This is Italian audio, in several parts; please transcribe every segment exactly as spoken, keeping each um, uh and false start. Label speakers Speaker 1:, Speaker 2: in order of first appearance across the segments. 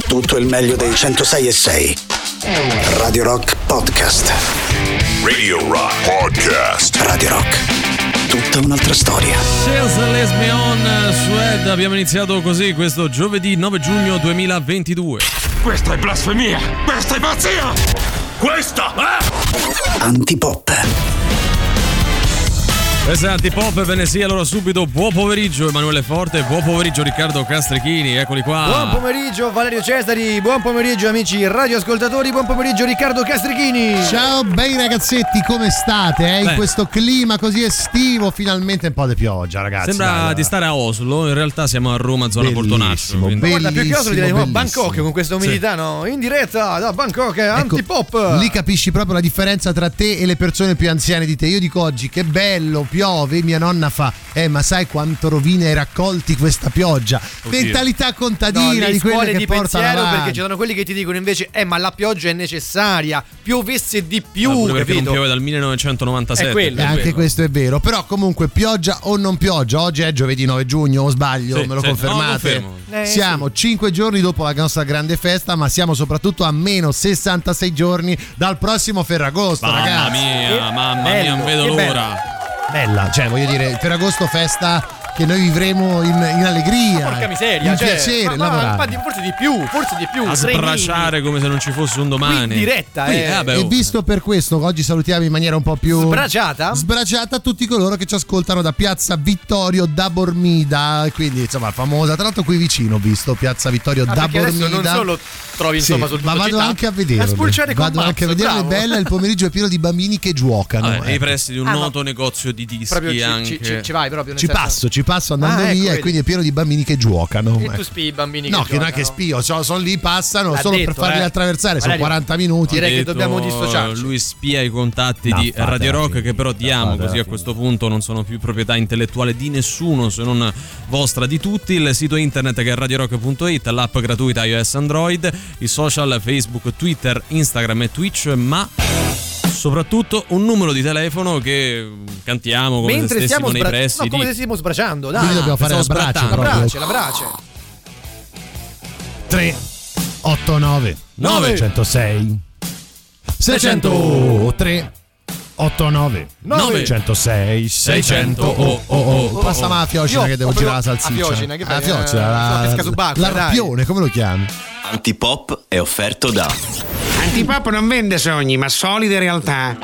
Speaker 1: tutto il meglio dei centosei e sei. Radio Rock Podcast.
Speaker 2: Radio Rock Podcast.
Speaker 1: Radio Rock. Tutta un'altra storia.
Speaker 3: Sales Les Meon Suede. Abbiamo iniziato così questo giovedì nove giugno duemilaventidue.
Speaker 4: Questa è blasfemia! Questa è pazzia! Questa è...
Speaker 1: Antipop.
Speaker 3: Questa è Antipop, ve ne sia allora subito. Buon pomeriggio Emanuele Forte, buon pomeriggio Riccardo Castrichini, eccoli qua.
Speaker 5: Buon pomeriggio Valerio Cesari, buon pomeriggio amici radioascoltatori, buon pomeriggio Riccardo Castrichini.
Speaker 6: Ciao bei ragazzetti, come state? Eh? In questo clima così estivo, finalmente un po' di pioggia, ragazzi.
Speaker 3: Sembra
Speaker 6: dai,
Speaker 3: di stare a Oslo, in realtà siamo a Roma, zona Portonaccio.
Speaker 6: Bellissimo,
Speaker 5: Guarda, più che Oslo direi
Speaker 6: bellissimo.
Speaker 5: Bangkok con questa umidità, sì. No? In diretta da Bangkok,
Speaker 6: Ecco,
Speaker 5: Antipop.
Speaker 6: lì capisci proprio la differenza tra te e le persone più anziane di te. Io dico oggi che bello, piove, mia nonna fa eh ma sai quanto rovina ai raccolti questa pioggia.
Speaker 3: Oddio.
Speaker 6: Mentalità contadina,
Speaker 5: No,
Speaker 6: di quelle
Speaker 5: scuole
Speaker 6: che
Speaker 5: di
Speaker 6: portano
Speaker 5: pensiero,
Speaker 6: avanti.
Speaker 5: perché ci sono quelli che ti dicono invece eh ma la pioggia è necessaria, piovesse di più,
Speaker 3: Ah, pure perché
Speaker 5: capito?
Speaker 3: non piove dal millenovecentonovantasette.
Speaker 5: È quello.
Speaker 6: E anche questo è vero, però comunque pioggia o non pioggia, oggi è giovedì nove giugno, o sbaglio,
Speaker 3: Sì,
Speaker 6: me lo
Speaker 3: sì.
Speaker 6: confermate?
Speaker 3: No, confermo.
Speaker 5: Eh,
Speaker 6: siamo cinque giorni dopo la nostra grande festa, ma siamo soprattutto a meno sessantasei giorni dal prossimo Ferragosto,
Speaker 3: Mamma
Speaker 6: ragazzi.
Speaker 3: mia, mamma
Speaker 5: bello,
Speaker 3: mia, non vedo
Speaker 5: che
Speaker 3: l'ora.
Speaker 6: Bella, cioè voglio dire, il Ferragosto festa che noi vivremo in, in allegria,
Speaker 5: Porca miseria,
Speaker 6: in
Speaker 5: cioè,
Speaker 6: piacere,
Speaker 5: ma, ma,
Speaker 6: lavorare.
Speaker 5: ma di- forse di più, forse di più.
Speaker 3: A
Speaker 5: Trenini.
Speaker 3: sbracciare come se non ci fosse un domani.
Speaker 5: Qui in diretta,
Speaker 3: Qui,
Speaker 5: eh.
Speaker 3: vabbè,
Speaker 6: E
Speaker 3: oh.
Speaker 6: visto per questo, oggi salutiamo in maniera un po' più
Speaker 5: Sbracciata?
Speaker 6: sbracciata tutti coloro che ci ascoltano da Piazza Vittorio da Bormida, quindi insomma famosa, tra l'altro qui vicino ho visto Piazza Vittorio
Speaker 5: Ah,
Speaker 6: da
Speaker 5: perché adesso
Speaker 6: Bormida.
Speaker 5: non solo trovi
Speaker 6: Sì,
Speaker 5: insomma sul
Speaker 6: ma
Speaker 5: tutto
Speaker 6: vado
Speaker 5: città,
Speaker 6: anche a vedere.
Speaker 5: a spulciare con
Speaker 6: Vado anche a
Speaker 5: Maps,
Speaker 6: vedere,
Speaker 5: bravo.
Speaker 6: bella, il pomeriggio è pieno di bambini che giocano.
Speaker 3: Vabbè, nei
Speaker 6: ecco.
Speaker 3: pressi di un
Speaker 5: Ah, ma-
Speaker 3: noto negozio di dischi
Speaker 5: proprio ci,
Speaker 3: anche.
Speaker 5: ci, ci, ci vai proprio nel
Speaker 6: Ci
Speaker 5: senso-
Speaker 6: passo, ci passo andando
Speaker 5: Ah, ecco,
Speaker 6: via, e
Speaker 5: vedi.
Speaker 6: quindi è pieno di bambini che giocano.
Speaker 5: E
Speaker 6: ecco.
Speaker 5: tu spii i bambini
Speaker 6: No,
Speaker 5: che
Speaker 6: che non è che
Speaker 5: giocano.
Speaker 6: spio, cioè, sono lì, passano
Speaker 5: L'ha
Speaker 6: solo
Speaker 5: detto,
Speaker 6: per farli
Speaker 5: eh.
Speaker 6: attraversare, sono
Speaker 5: Valerio,
Speaker 6: quaranta minuti.
Speaker 5: direi che
Speaker 3: Detto,
Speaker 5: dobbiamo dissociarci.
Speaker 3: Lui spia i contatti
Speaker 6: No,
Speaker 3: di
Speaker 6: fate
Speaker 3: Radio
Speaker 6: la
Speaker 3: Rock,
Speaker 6: fine.
Speaker 3: che però diamo
Speaker 6: Fate la
Speaker 3: così a
Speaker 6: fine.
Speaker 3: questo punto non sono più proprietà intellettuale di nessuno se non vostra, di tutti. Il sito internet che è radio rock punto it, l'app gratuita iOS Android, i social Facebook, Twitter, Instagram e Twitch, ma soprattutto un numero di telefono che cantiamo come
Speaker 5: Mentre
Speaker 3: se stessimo
Speaker 5: stiamo
Speaker 3: nei
Speaker 5: sbra-
Speaker 3: pressi
Speaker 5: no, come
Speaker 3: di...
Speaker 5: se stessimo sbracciando, dai.
Speaker 6: Quindi dobbiamo fare la
Speaker 3: stavo
Speaker 6: braccia
Speaker 3: sbrattando.
Speaker 5: la
Speaker 6: proprio.
Speaker 5: brace, la brace.
Speaker 6: tre otto nove
Speaker 3: Nove.
Speaker 6: centosei seicentotre otto nove
Speaker 3: Nove.
Speaker 6: centosei seicento oh oh oh. Passa ma la fiocina
Speaker 5: Io
Speaker 6: che devo
Speaker 5: ho
Speaker 6: girare la
Speaker 5: proprio-
Speaker 6: salsiccia.
Speaker 5: a fiocina, che
Speaker 6: la
Speaker 5: bello,
Speaker 6: fiocina,
Speaker 5: eh,
Speaker 6: la,
Speaker 5: la pesca subacquea, dai.
Speaker 6: l'arrappione, come lo chiami?
Speaker 2: Antipop è offerto da
Speaker 7: Antipop non vende sogni, ma solide realtà.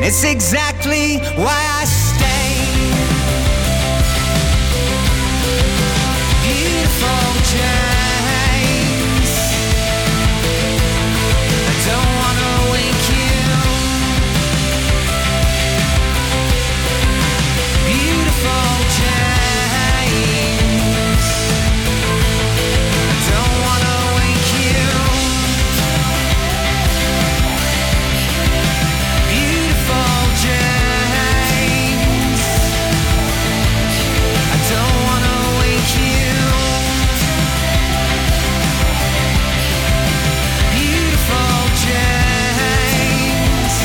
Speaker 8: and it's exactly why I stay. Beautiful James, I don't wanna wake you. Beautiful James, I don't wanna wake you. Beautiful James, I don't wanna wake you. Beautiful James,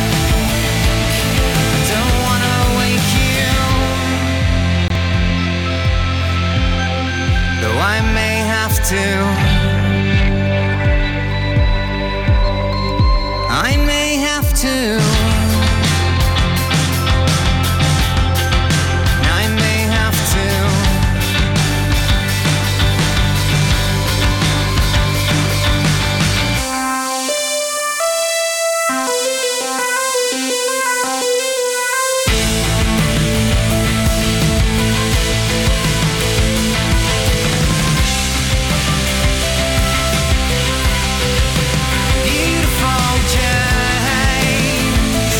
Speaker 8: I don't wanna wake you. Though I may have to, I may have to, I may have to. Beautiful James,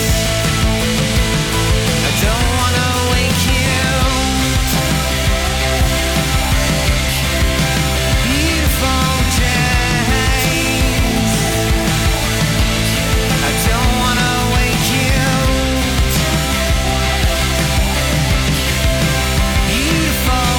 Speaker 8: I don't wanna wake you. Beautiful James, I don't wanna wake you. Beautiful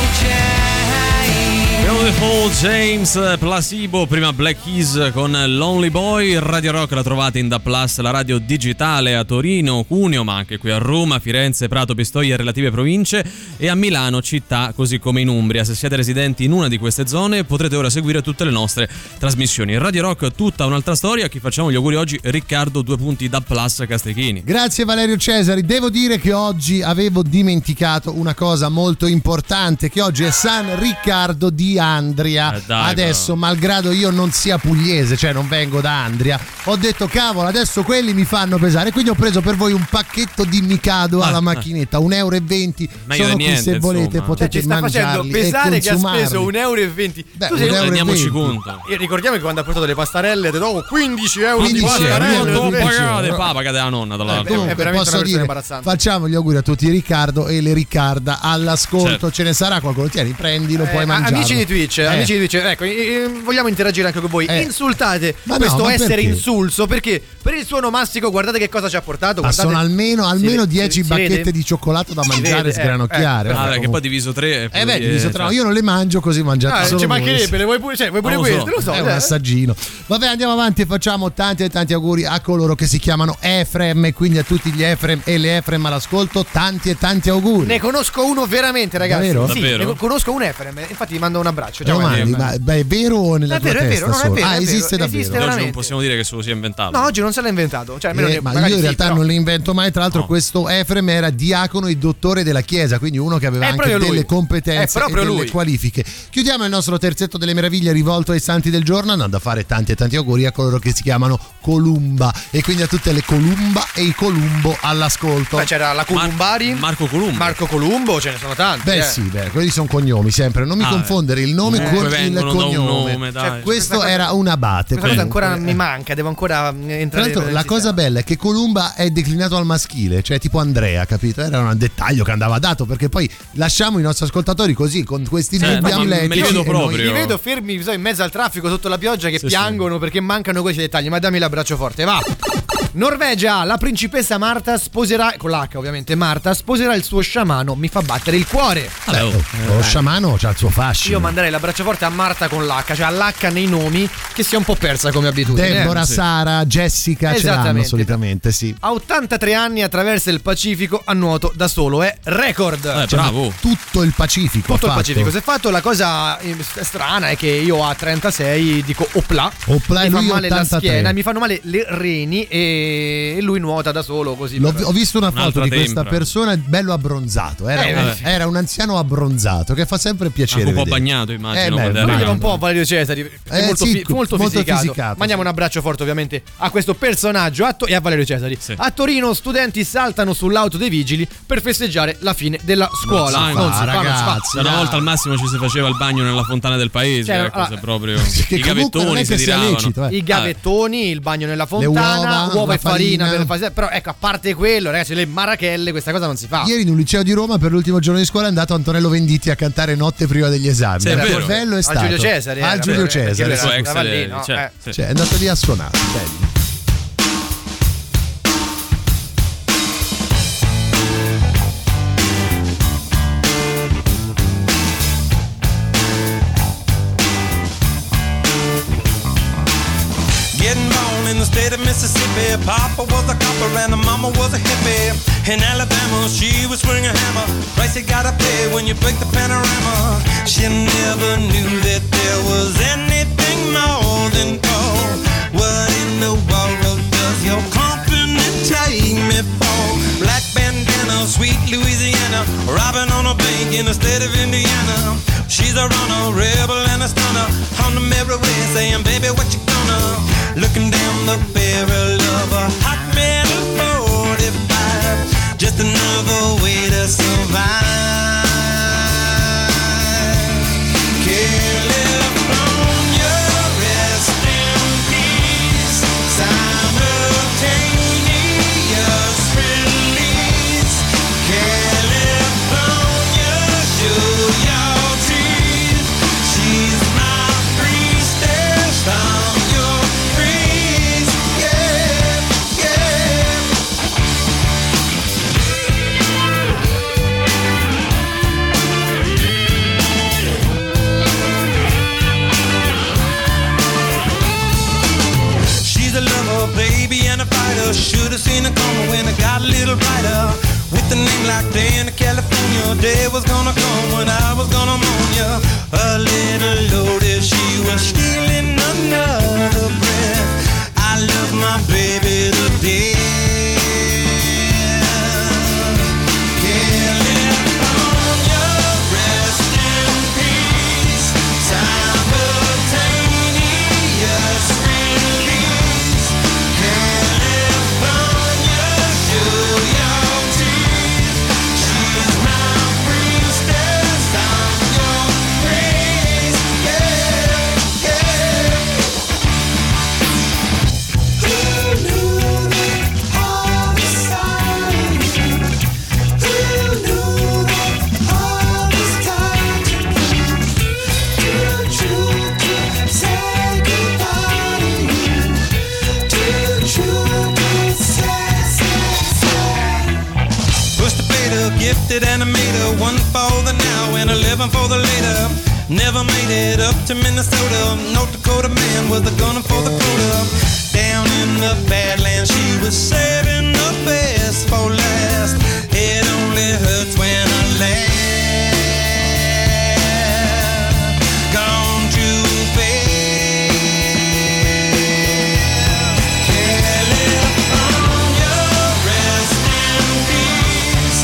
Speaker 8: James.
Speaker 3: Beautiful James, Placebo, prima Black Keys con Lonely Boy. Radio Rock la trovate in Da Plus, la radio digitale a Torino, Cuneo, ma anche qui a Roma, Firenze, Prato, Pistoia e relative province, e a Milano città, così come in Umbria. Se siete residenti in una di queste zone potrete ora seguire tutte le nostre trasmissioni. Radio Rock, tutta un'altra storia. A chi facciamo gli auguri oggi? Riccardo, due punti Da Plus Castrichini.
Speaker 6: Grazie Valerio Cesari. Devo dire che oggi avevo dimenticato una cosa molto importante, che oggi è San Riccardo di Andria.
Speaker 3: Eh dai,
Speaker 6: adesso,
Speaker 3: però.
Speaker 6: malgrado io non sia pugliese, cioè non vengo da Andria, ho detto cavolo, adesso quelli mi fanno pesare, quindi ho preso per voi un pacchetto di Mikado alla
Speaker 3: Ah,
Speaker 6: macchinetta, un euro e venti.
Speaker 3: Meglio
Speaker 6: Sono
Speaker 3: di
Speaker 6: qui
Speaker 3: niente,
Speaker 6: se volete,
Speaker 3: insomma.
Speaker 6: potete
Speaker 5: Cioè, ci sta facendo
Speaker 6: mangiarli e
Speaker 5: pesare che ha
Speaker 6: consumarli.
Speaker 5: speso un euro e venti.
Speaker 6: Beh,
Speaker 5: Tu
Speaker 6: un
Speaker 5: sei
Speaker 6: euro e
Speaker 3: Rendiamoci
Speaker 6: venti.
Speaker 3: conto.
Speaker 5: E ricordiamo che quando ha portato le pastarelle ha detto oh, quindici euro di
Speaker 6: quindici euro,
Speaker 5: pastarelle.
Speaker 6: io
Speaker 3: Non
Speaker 6: Invece-
Speaker 3: pagate, pa, pagate la nonna, tra l'altro.
Speaker 5: è
Speaker 6: Comunque,
Speaker 5: veramente
Speaker 6: posso
Speaker 5: una persona
Speaker 6: dire,
Speaker 5: imbarazzante.
Speaker 6: facciamo gli auguri a tutti Riccardo e le Riccarda all'ascolto.
Speaker 3: Certo.
Speaker 6: Ce ne sarà qualcuno, tieni, prendilo,
Speaker 5: Eh,
Speaker 6: puoi
Speaker 5: ma
Speaker 6: mangiarlo.
Speaker 5: amici di Twitch,
Speaker 6: Eh.
Speaker 5: amici di Twitch, ecco, eh, eh, vogliamo interagire anche con voi.
Speaker 6: Eh.
Speaker 5: Insultate
Speaker 6: Ma no,
Speaker 5: questo
Speaker 6: ma
Speaker 5: essere
Speaker 6: perché?
Speaker 5: insulso, perché per il suo onomastico guardate che cosa ci ha portato.
Speaker 6: Ma
Speaker 5: Guardate,
Speaker 6: sono almeno, almeno
Speaker 5: si-
Speaker 6: dieci
Speaker 5: si
Speaker 6: bacchette
Speaker 5: vede?
Speaker 6: di cioccolato da
Speaker 5: Si
Speaker 6: mangiare
Speaker 5: vede,
Speaker 6: sgranocchiare.
Speaker 5: eh, eh,
Speaker 3: Ah,
Speaker 6: vabbè,
Speaker 3: beh, che poi
Speaker 6: comunque.
Speaker 3: diviso tre.
Speaker 6: Eh beh, diviso tra io non le mangio, così mangiate
Speaker 5: Ah,
Speaker 6: solo
Speaker 5: ci
Speaker 6: voi.
Speaker 5: mancherebbe, le vuoi pure, cioè, vuoi pure
Speaker 3: Non lo so.
Speaker 5: queste, lo so.
Speaker 6: È un
Speaker 5: eh.
Speaker 6: assaggino. Vabbè, andiamo avanti e facciamo tanti e tanti auguri a coloro che si chiamano Efrem, e quindi a tutti gli Efrem e le Efrem all'ascolto, tanti e tanti auguri.
Speaker 5: Ne conosco uno veramente, ragazzi.
Speaker 6: Davvero?
Speaker 5: Sì,
Speaker 3: Davvero?
Speaker 5: ne co- conosco un Efrem, infatti gli mando un abbraccio. Ciao,
Speaker 6: Lo mandi,
Speaker 5: Efrem.
Speaker 6: ma beh, è vero o nella
Speaker 5: È
Speaker 6: tua
Speaker 5: vero, è
Speaker 6: testa
Speaker 5: vero, no, è
Speaker 6: solo?
Speaker 5: vero,
Speaker 6: ah,
Speaker 5: è vero,
Speaker 6: esiste davvero.
Speaker 5: esiste
Speaker 3: Oggi non
Speaker 5: veramente.
Speaker 3: possiamo dire che se lo sia inventato.
Speaker 5: No, oggi non se l'ha inventato. Cioè, almeno
Speaker 6: Eh,
Speaker 5: ne-
Speaker 6: ma
Speaker 5: magari
Speaker 6: io in
Speaker 5: sì,
Speaker 6: realtà
Speaker 5: però-
Speaker 6: non le invento mai. Tra l'altro,
Speaker 5: No.
Speaker 6: questo Efrem era diacono e dottore della chiesa, quindi uno che aveva
Speaker 5: È
Speaker 6: anche
Speaker 5: proprio
Speaker 6: delle
Speaker 5: lui.
Speaker 6: competenze
Speaker 5: È
Speaker 6: e
Speaker 5: proprio
Speaker 6: delle
Speaker 5: lui.
Speaker 6: qualifiche. Chiudiamo il nostro terzetto delle meraviglie rivolto ai santi del giorno, andando a fare tanti e tanti auguri a coloro che si chiamano Columba, e quindi a tutte le Columba e i Columbo all'ascolto.
Speaker 5: Beh, c'era la Columbari,
Speaker 3: Marco Columbo.
Speaker 5: Marco Columbo, ce ne sono tanti.
Speaker 6: Beh
Speaker 5: eh.
Speaker 6: sì, beh, quelli sono cognomi sempre, non mi
Speaker 3: Ah,
Speaker 6: confondere il nome
Speaker 3: comunque
Speaker 6: con il
Speaker 3: vengono da un
Speaker 6: cognome.
Speaker 3: nome, dai.
Speaker 5: Cioè,
Speaker 6: Questo
Speaker 5: Questa
Speaker 6: era un abate.
Speaker 5: Questa cosa ancora
Speaker 6: comunque.
Speaker 5: mi manca, devo ancora mm,
Speaker 6: Tra
Speaker 5: entrare
Speaker 6: l'altro
Speaker 5: nel
Speaker 6: la cosa
Speaker 5: sistema.
Speaker 6: bella è che Columba è declinato al maschile, cioè tipo Andrea, capito? Era un dettaglio che andava dato, perché poi lasciamo i nostri ascoltatori così con questi
Speaker 3: Certo,
Speaker 6: dubbi
Speaker 3: ma me
Speaker 6: amletici
Speaker 3: li vedo
Speaker 6: e noi-
Speaker 3: proprio.
Speaker 5: Li vedo fermi so, in mezzo al traffico sotto la pioggia che
Speaker 3: Sì,
Speaker 5: piangono perché mancano questi dettagli. Ma dammi l'abbraccio forte, va. Norvegia, la principessa Marta sposerà, con l'H ovviamente, Marta sposerà il suo sciamano, mi fa battere il cuore.
Speaker 3: Vabbè, oh.
Speaker 6: Oh, lo sciamano c'ha il suo fascino.
Speaker 5: Io manderei l'abbraccio forte a Marta con l'H, cioè all'H nei nomi, che si è un po' persa come abitudine.
Speaker 6: Deborah,
Speaker 5: eh.
Speaker 3: sì.
Speaker 6: Sara, Jessica ce l'hanno
Speaker 5: Esattamente.
Speaker 6: solitamente, sì.
Speaker 5: A ottantatré anni attraversa il Pacifico a nuoto da solo, è record.
Speaker 3: Eh,
Speaker 6: Cioè,
Speaker 3: bravo.
Speaker 6: ma tutto il Pacifico.
Speaker 5: Tutto
Speaker 6: ha
Speaker 5: il
Speaker 6: fatto.
Speaker 5: Pacifico. Si è fatto. La cosa eh, strana è che io a trentasei dico opla.
Speaker 6: Opla, e
Speaker 5: mi fa
Speaker 6: lui
Speaker 5: male la
Speaker 6: ottantatré.
Speaker 5: schiena, mi fanno male le reni e e lui nuota da solo così.
Speaker 6: L'ho-
Speaker 5: per-
Speaker 6: ho visto una foto
Speaker 3: Un'altra
Speaker 6: di questa
Speaker 3: tempra.
Speaker 6: persona bello abbronzato. Era,
Speaker 5: Eh,
Speaker 6: un,
Speaker 5: vabbè.
Speaker 6: era un anziano abbronzato che fa sempre piacere.
Speaker 3: Anche un po'
Speaker 6: vedere.
Speaker 3: bagnato, immagino.
Speaker 6: Eh, beh,
Speaker 3: quando
Speaker 6: immagino.
Speaker 3: era-
Speaker 5: Vedeva un po' Valerio Cesari, è
Speaker 6: Eh,
Speaker 5: molto,
Speaker 6: sì,
Speaker 5: fi- molto,
Speaker 6: molto
Speaker 5: fisicato.
Speaker 6: fisicato,
Speaker 5: Mandiamo
Speaker 6: sì.
Speaker 5: un abbraccio forte ovviamente a questo personaggio a To- e a Valerio Cesari.
Speaker 3: Sì.
Speaker 5: A Torino studenti saltano sull'auto dei vigili per festeggiare la fine della scuola.
Speaker 3: Non si
Speaker 5: Non
Speaker 6: fa,
Speaker 5: si fa, non si fa.
Speaker 6: ragazzi.
Speaker 3: Una
Speaker 6: dai.
Speaker 3: volta al massimo ci si faceva il bagno nella fontana del paese,
Speaker 5: Cioè,
Speaker 3: ecco,
Speaker 5: allora-
Speaker 3: se proprio
Speaker 6: Che
Speaker 3: i
Speaker 6: comunque non
Speaker 3: gavettoni
Speaker 6: è
Speaker 3: si
Speaker 6: che sia
Speaker 3: tiravano.
Speaker 6: lecito, eh.
Speaker 5: I gavettoni, il bagno nella fontana,
Speaker 6: uova,
Speaker 5: uova
Speaker 6: la
Speaker 5: e farina
Speaker 6: farina.
Speaker 5: per fare- però ecco, a parte quello, ragazzi, le marachelle, questa cosa non si fa.
Speaker 6: Ieri in un liceo di Roma per l'ultimo giorno di scuola è andato Antonello Venditti a cantare Notte prima degli esami.
Speaker 3: Sì, è
Speaker 6: Era
Speaker 3: vero.
Speaker 6: bello è
Speaker 5: Al
Speaker 6: stato.
Speaker 5: Giulio Cesare,
Speaker 6: Al
Speaker 5: era,
Speaker 6: Giulio
Speaker 5: perché lui
Speaker 6: Cesare.
Speaker 5: era-
Speaker 3: Suo
Speaker 6: sì.
Speaker 3: ex,
Speaker 5: stava lì,
Speaker 3: eh,
Speaker 5: no?
Speaker 3: cioè,
Speaker 5: Eh.
Speaker 3: sì.
Speaker 6: Cioè, è andato lì a suonare. Bello.
Speaker 9: Getting born in the state of Mississippi. Papa was a copper and the mama was a hippie. In Alabama, she was swinging a hammer. Price you gotta pay when you break the panorama. She never knew that there was anything more than gold. What in the world does your company take me for? Black bandana, sweet Louisiana, robbing on a bank in the state of Indiana. She's a runner, rebel and a stunner. On the mirror way saying, baby, what you gonna? Looking down the barrel of a hot metal forty-five. Just another way to survive. California, rest in peace. Simultaneous release. California, show your teeth. She's my priestess. I'm your priest. Yeah, yeah. She's a lover, baby, and a fighter. Should've seen her coming when it got a little brighter. With a name like Diana, California, day was gonna come when I was gonna mourn ya. A little loaded, she was stealing another breath. I love my baby to death. California, rest in peace. Simultaneous release. California, show your teeth. She's my priestess, I'm your priest. Yeah, yeah. Who knew that all this time? Who knew that all this time? Too true to say goodbye to you. Too true to say, say, say. Pushed the fader, gifted animator, one for the now and eleven for the later. Never made it up to Minnesota. North Dakota man was the gunner for the quota. Down in the Badlands, she was saving the best for last. It only hurts when I laugh. Gone too fast. California, rest in peace.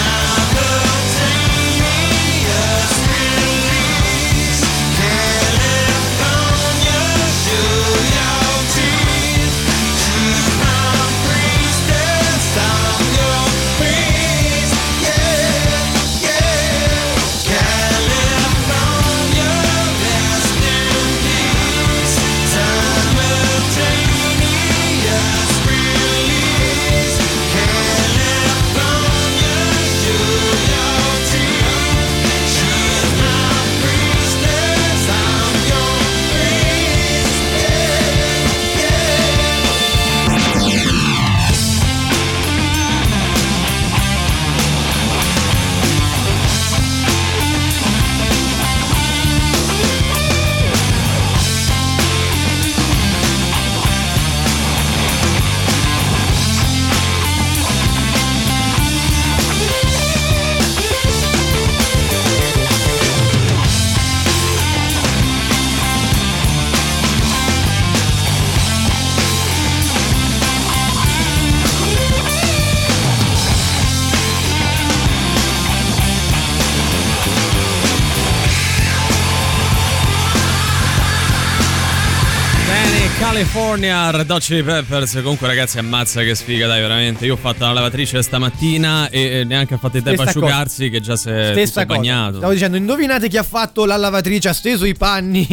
Speaker 9: Simultaneous release. California, show your teeth. She's my priestess, I'm your
Speaker 3: California, Red Hot Chili Peppers. Comunque ragazzi, ammazza che sfiga, dai, veramente. Io ho fatto la lavatrice stamattina e neanche ha fatto il tempo a asciugarsi, che già si è
Speaker 5: Stessa
Speaker 3: tutto bagnato.
Speaker 5: Stavo dicendo, indovinate chi ha fatto la lavatrice, ha steso i panni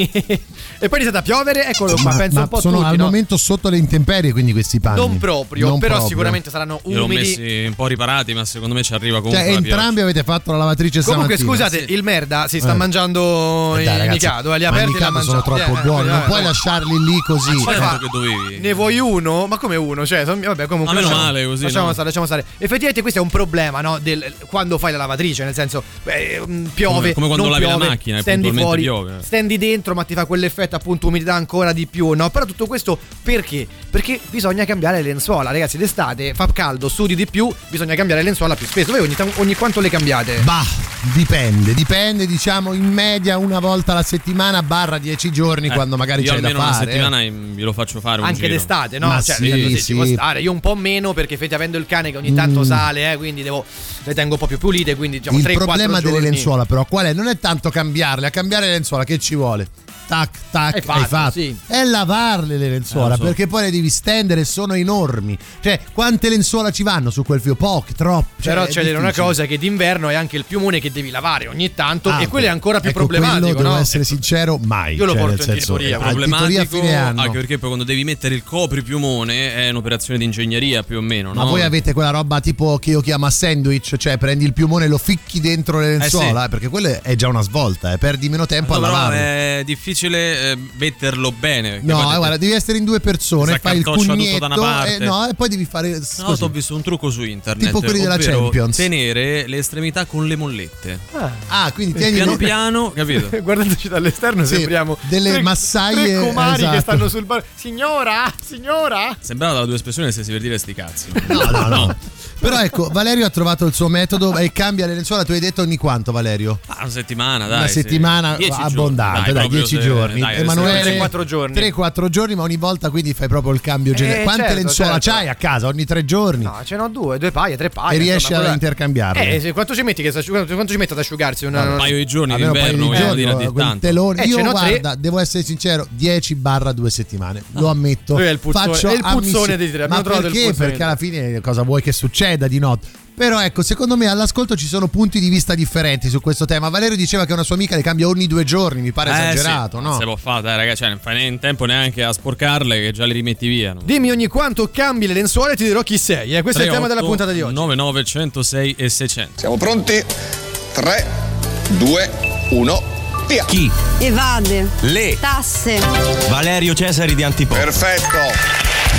Speaker 5: e poi è iniziato a piovere, eccolo qua,
Speaker 6: ma,
Speaker 5: penso
Speaker 6: ma
Speaker 5: un po'
Speaker 6: sono
Speaker 5: tutti,
Speaker 6: al
Speaker 5: no?
Speaker 6: momento sotto le intemperie, quindi questi panni
Speaker 5: Non proprio,
Speaker 6: non
Speaker 5: però
Speaker 6: proprio.
Speaker 5: sicuramente saranno
Speaker 3: Io l'ho
Speaker 5: umidi.
Speaker 3: messi un po' riparati, ma secondo me ci arriva comunque
Speaker 6: Cioè
Speaker 3: la pioggia.
Speaker 6: entrambi avete fatto la lavatrice
Speaker 5: Comunque
Speaker 6: stamattina.
Speaker 5: scusate, il merda si sta
Speaker 6: Eh.
Speaker 5: mangiando
Speaker 6: Eh dai,
Speaker 5: il
Speaker 6: ragazzi,
Speaker 5: Mikado, eh, li ha
Speaker 6: ma i
Speaker 5: aperti e l'ha
Speaker 6: Mikado sono
Speaker 5: mangiato.
Speaker 6: troppo
Speaker 5: Eh,
Speaker 6: buoni,
Speaker 5: eh,
Speaker 6: non
Speaker 5: eh,
Speaker 6: puoi
Speaker 5: eh.
Speaker 6: lasciarli lì così.
Speaker 5: Poi
Speaker 3: Certo
Speaker 5: fa,
Speaker 3: che dovevi.
Speaker 5: ne vuoi uno? Ma come uno? Cioè, son- vabbè, comunque.
Speaker 3: Ma meno
Speaker 5: lasciamo-
Speaker 3: male così,
Speaker 5: Lasciamo
Speaker 3: no?
Speaker 5: stare, lasciamo stare. Effettivamente questo è un problema, no? Del, quando fai la lavatrice, nel senso, beh, mm, piove.
Speaker 3: Come- come quando
Speaker 5: non
Speaker 3: lavi la
Speaker 5: piove,
Speaker 3: macchina e
Speaker 5: stendi
Speaker 3: puntualmente
Speaker 5: fuori,
Speaker 3: piove.
Speaker 5: stendi dentro, ma ti fa quell'effetto appunto umidità ancora di più, no? Però tutto questo perché? Perché bisogna cambiare le lenzuola, ragazzi. D'estate fa caldo, sudi di più, bisogna cambiare le lenzuola più spesso. Voi ogni, ta- ogni quanto le cambiate?
Speaker 6: Bah, dipende, dipende, diciamo in media una volta alla settimana barra dieci giorni,
Speaker 3: Eh,
Speaker 6: quando magari
Speaker 3: io
Speaker 6: c'è da
Speaker 3: almeno una
Speaker 6: fare.
Speaker 3: settimana vi lo faccio fare un
Speaker 5: Anche
Speaker 3: giro.
Speaker 5: d'estate, no?
Speaker 6: Ma
Speaker 5: Cioè,
Speaker 6: sì,
Speaker 5: nel senso, sì,
Speaker 6: sì.
Speaker 5: ci può stare. Io un po' meno perché effettivamente avendo il cane che ogni tanto
Speaker 6: Mm.
Speaker 5: sale, eh, quindi devo, le tengo un po' più pulite, quindi diciamo
Speaker 6: Il
Speaker 5: tre quattro
Speaker 6: problema delle
Speaker 5: giorni.
Speaker 6: lenzuola però qual è? Non è tanto cambiarle, a cambiare le lenzuola che ci vuole? Tac, tac,
Speaker 5: Hai fatto,
Speaker 6: hai fatto.
Speaker 5: sì.
Speaker 6: È lavarle le lenzuola,
Speaker 3: Eh, lo so.
Speaker 6: perché poi le devi stendere, sono enormi. Cioè, quante lenzuola ci vanno su quel fio? Poche, troppe. Cioè,
Speaker 5: Però
Speaker 6: è
Speaker 5: c'è da dire una
Speaker 6: difficile.
Speaker 5: cosa, che d'inverno è anche il piumone che devi lavare ogni tanto,
Speaker 6: Ah,
Speaker 5: e quello è ancora più
Speaker 6: ecco,
Speaker 5: problematico,
Speaker 6: quello, devo
Speaker 5: no?
Speaker 6: essere sincero, mai.
Speaker 5: Io lo
Speaker 6: Cioè,
Speaker 5: porto
Speaker 6: nel
Speaker 5: in
Speaker 6: senso,
Speaker 5: titoria,
Speaker 6: eh,
Speaker 5: è
Speaker 6: a titoria
Speaker 3: Problematico,
Speaker 6: fine anno.
Speaker 3: anche perché poi quando devi mettere il copripiumone è un'operazione di ingegneria più o meno,
Speaker 6: Ma
Speaker 3: no?
Speaker 6: voi avete quella roba tipo che io chiamo sandwich, cioè prendi il piumone e lo ficchi dentro le lenzuola,
Speaker 3: sì.
Speaker 6: eh, perché quello è già una svolta, eh, perdi meno tempo
Speaker 3: No,
Speaker 6: a
Speaker 3: però
Speaker 6: lavarlo.
Speaker 3: è difficile eh, metterlo bene. perché
Speaker 6: No,
Speaker 3: poi
Speaker 6: eh, guarda, devi essere in due persone,
Speaker 3: si
Speaker 6: fai il
Speaker 3: accartoccia tutto
Speaker 6: cugnetto
Speaker 3: da una parte.
Speaker 6: e, no, e poi devi fare
Speaker 3: No,
Speaker 6: così.
Speaker 3: ho visto un trucco su internet.
Speaker 6: Tipo quelli della
Speaker 3: ovvero
Speaker 6: Champions.
Speaker 3: tenere le estremità con le mollette.
Speaker 6: Ah, quindi tieni
Speaker 3: Piano
Speaker 6: le-
Speaker 3: piano, capito?
Speaker 5: Guardandoci dall'esterno
Speaker 6: Sì,
Speaker 5: sembriamo
Speaker 6: delle
Speaker 5: tre,
Speaker 6: massaie,
Speaker 5: tre comari
Speaker 6: esatto.
Speaker 5: che stanno sul bar. Signora, signora.
Speaker 3: Sembrava dalla tua espressione se si per dire sti cazzi.
Speaker 6: No, no, no. Però ecco, Valerio ha trovato il suo metodo e cambia le lenzuola. Tu hai detto ogni quanto, Valerio?
Speaker 3: Ah, una settimana, dai.
Speaker 6: Una
Speaker 3: sì.
Speaker 6: settimana
Speaker 3: Dieci
Speaker 6: abbondante,
Speaker 3: giorni.
Speaker 6: dai,
Speaker 3: proprio
Speaker 6: dieci
Speaker 3: se-
Speaker 6: giorni.
Speaker 3: dai, adesso-
Speaker 6: Emanuele,
Speaker 5: tre quattro giorni.
Speaker 6: tre quattro giorni, ma ogni volta quindi fai proprio il cambio generale.
Speaker 5: Eh,
Speaker 6: Quante
Speaker 5: certo,
Speaker 6: lenzuola
Speaker 5: certo.
Speaker 6: c'hai a casa? Ogni tre giorni?
Speaker 5: No, ce n'ho due, due paia, tre paia.
Speaker 6: E riesci
Speaker 5: insomma,
Speaker 6: a
Speaker 5: quella-
Speaker 6: intercambiarle?
Speaker 5: Eh, se- quanto ci metti che si asciuga- quanto ci mette ad asciugarsi una,
Speaker 3: Un paio di giorni
Speaker 6: Almeno un paio
Speaker 3: d'inverno,
Speaker 6: di
Speaker 3: vogliamo
Speaker 6: giorni,
Speaker 3: dire a
Speaker 6: quel
Speaker 3: dir tanto.
Speaker 6: telone.
Speaker 5: Eh,
Speaker 6: Io
Speaker 5: ce n'ho tre.
Speaker 6: guarda, devo essere sincero, dieci barra due settimane. Lo ammetto.
Speaker 5: Lui è il puzzone-
Speaker 6: Faccio
Speaker 5: è il puzzone
Speaker 6: ammissione.
Speaker 5: di dire,
Speaker 6: Ma
Speaker 5: abbiamo trovato il
Speaker 6: perché?
Speaker 5: puzzone.
Speaker 6: Perché alla fine cosa vuoi che succeda di notte? Però ecco, secondo me all'ascolto ci sono punti di vista differenti su questo tema. Valerio diceva che una sua amica le cambia ogni due giorni, mi pare
Speaker 3: Eh,
Speaker 6: esagerato,
Speaker 3: sì,
Speaker 6: no?
Speaker 3: Non si può fare, dai, ragazzi, cioè, non fai in tempo neanche a sporcarle che già le rimetti via. No?
Speaker 5: Dimmi ogni quanto cambi le lenzuola e ti dirò chi sei. Eh. Questo è il tema della puntata di oggi.
Speaker 3: nove nove uno zero sei e seicento.
Speaker 10: Siamo pronti? tre, due, uno, via!
Speaker 2: Chi?
Speaker 11: Evade.
Speaker 2: Le.
Speaker 11: Tasse.
Speaker 2: Valerio Cesari di Antipop.
Speaker 10: Perfetto!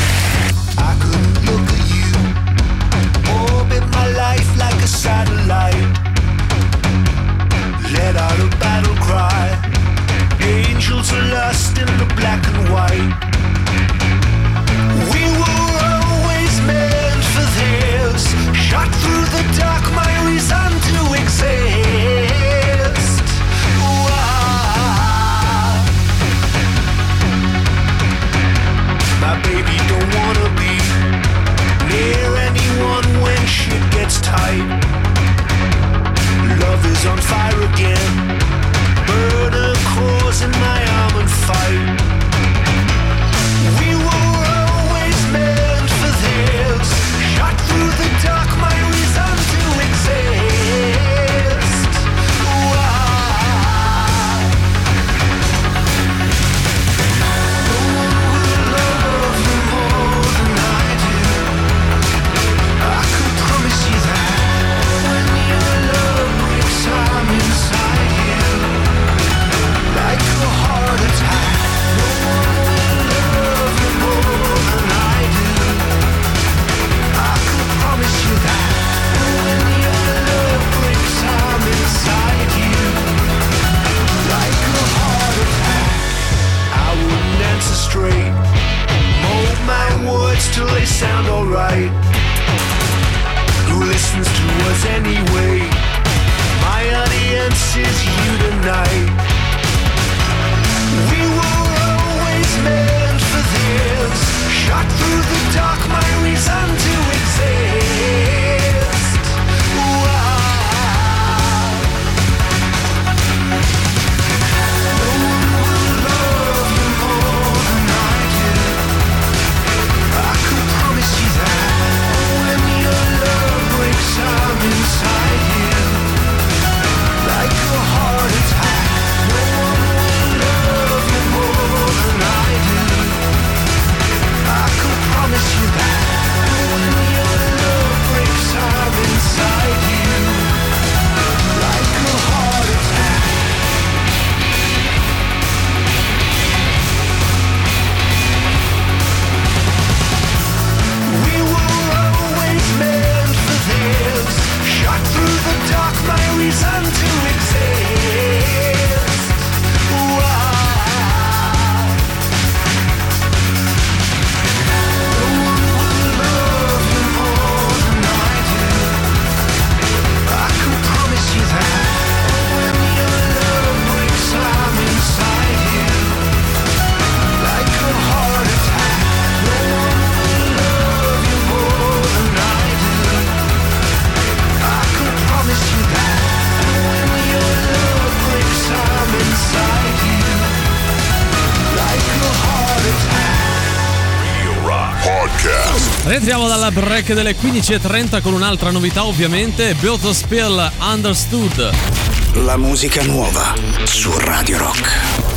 Speaker 8: Orbit my life like a satellite. Let out a battle cry. Angels are lost in the black and white. We were always meant for this. Shot through the dark, my reason to exist. Why? My baby don't wanna be near anyone when shit gets tight. Love is on fire again. Burn a cause in my arm and fight. We were always meant for this. Shot through the dark, my reason to exist. Why? No one will love you more than I do. I could promise you that when your love breaks, I'm inside you, like a heart attack. No one will love you more than I do. I could promise you that when your love breaks, I'm inside you, like a heart attack. I wouldn't answer straight, mold my words till they sound alright. Who listens to us anyway? My audience is you tonight. We were always meant for this. Shot through the dark, my reason to exist. Why? No one will love you more than I do.
Speaker 3: Rientriamo dalla break delle quindici e trenta con un'altra novità, ovviamente, Built to Spill, Understood.
Speaker 1: La musica nuova su Radio Rock.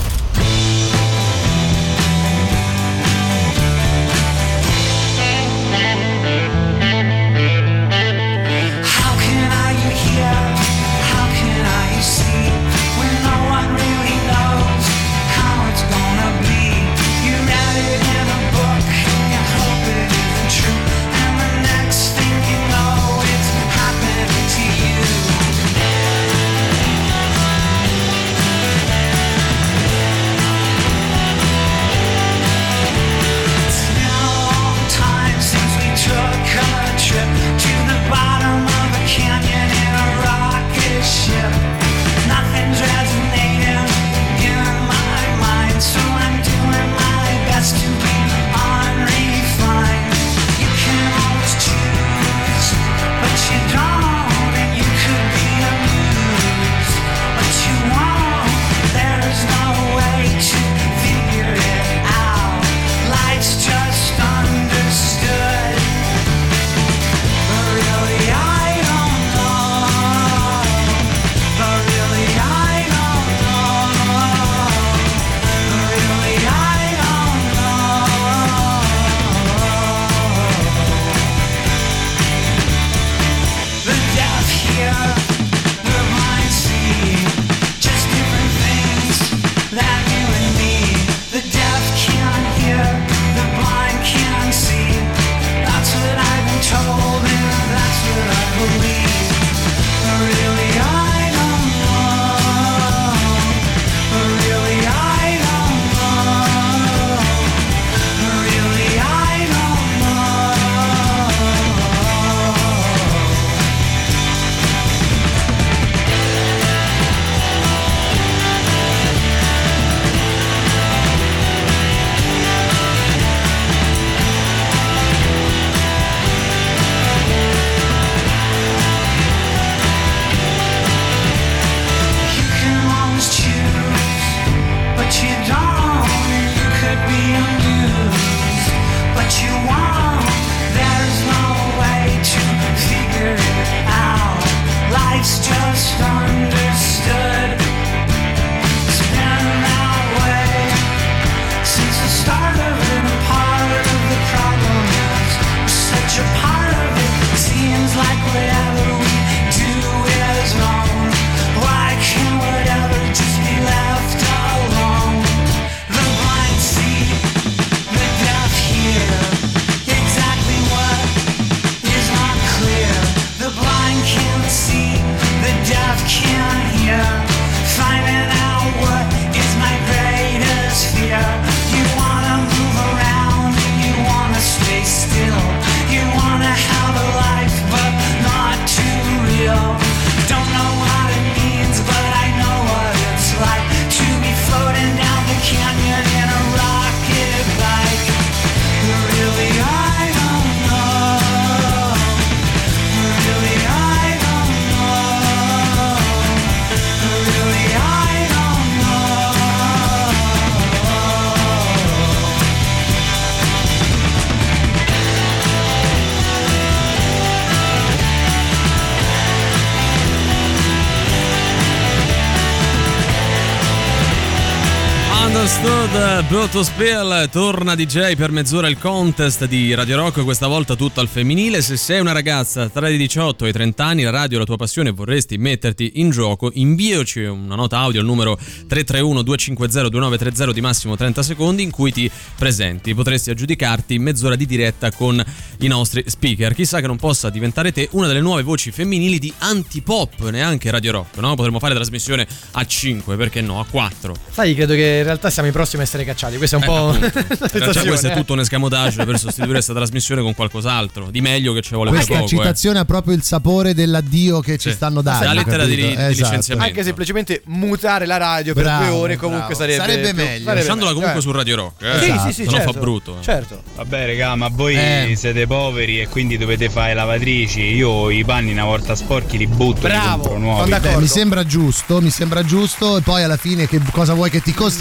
Speaker 3: Understood, Built to Spill, torna D J per mezz'ora il contest di Radio Rock, questa volta tutto al femminile. Se sei una ragazza tra i diciotto e i trenta anni, la radio è la tua passione e vorresti metterti in gioco, inviaci una nota audio al numero tre tre uno due cinque zero due nove tre zero di massimo trenta secondi in cui ti presenti. Potresti aggiudicarti mezz'ora di diretta con i nostri speaker. Chissà che non possa diventare te una delle nuove voci femminili di antipop, neanche Radio Rock, no? Potremmo fare trasmissione a cinque, perché no, a quattro.
Speaker 5: Sai, credo che in realtà siamo i prossimi a essere cacciati. Questo è un
Speaker 3: eh,
Speaker 5: po'
Speaker 3: la sensazione. Questo è tutto un escamotage per sostituire questa trasmissione con qualcos'altro di meglio che ci vuole per
Speaker 6: questa
Speaker 3: poco.
Speaker 6: Questa citazione
Speaker 3: eh.
Speaker 6: ha proprio il sapore dell'addio che sì. ci stanno dando.
Speaker 3: La lettera di, di
Speaker 6: esatto.
Speaker 3: licenziamento.
Speaker 5: Anche semplicemente mutare la radio
Speaker 6: bravo,
Speaker 5: per due ore comunque
Speaker 6: bravo.
Speaker 5: sarebbe,
Speaker 6: sarebbe
Speaker 5: più,
Speaker 6: meglio.
Speaker 3: Lasciandola comunque
Speaker 5: eh.
Speaker 3: su Radio Rock. Eh.
Speaker 5: Sì,
Speaker 3: esatto.
Speaker 5: sì, sì,
Speaker 3: se no
Speaker 5: certo.
Speaker 3: fa brutto. Eh.
Speaker 5: Certo.
Speaker 11: Vabbè, raga, ma voi
Speaker 6: eh.
Speaker 11: siete poveri e quindi dovete fare lavatrici. Io i panni una volta sporchi li butto,
Speaker 5: bravo,
Speaker 11: li compro nuovi.
Speaker 6: Beh, mi sembra giusto, mi sembra giusto. E poi alla fine che cosa vuoi che ti costi cambiare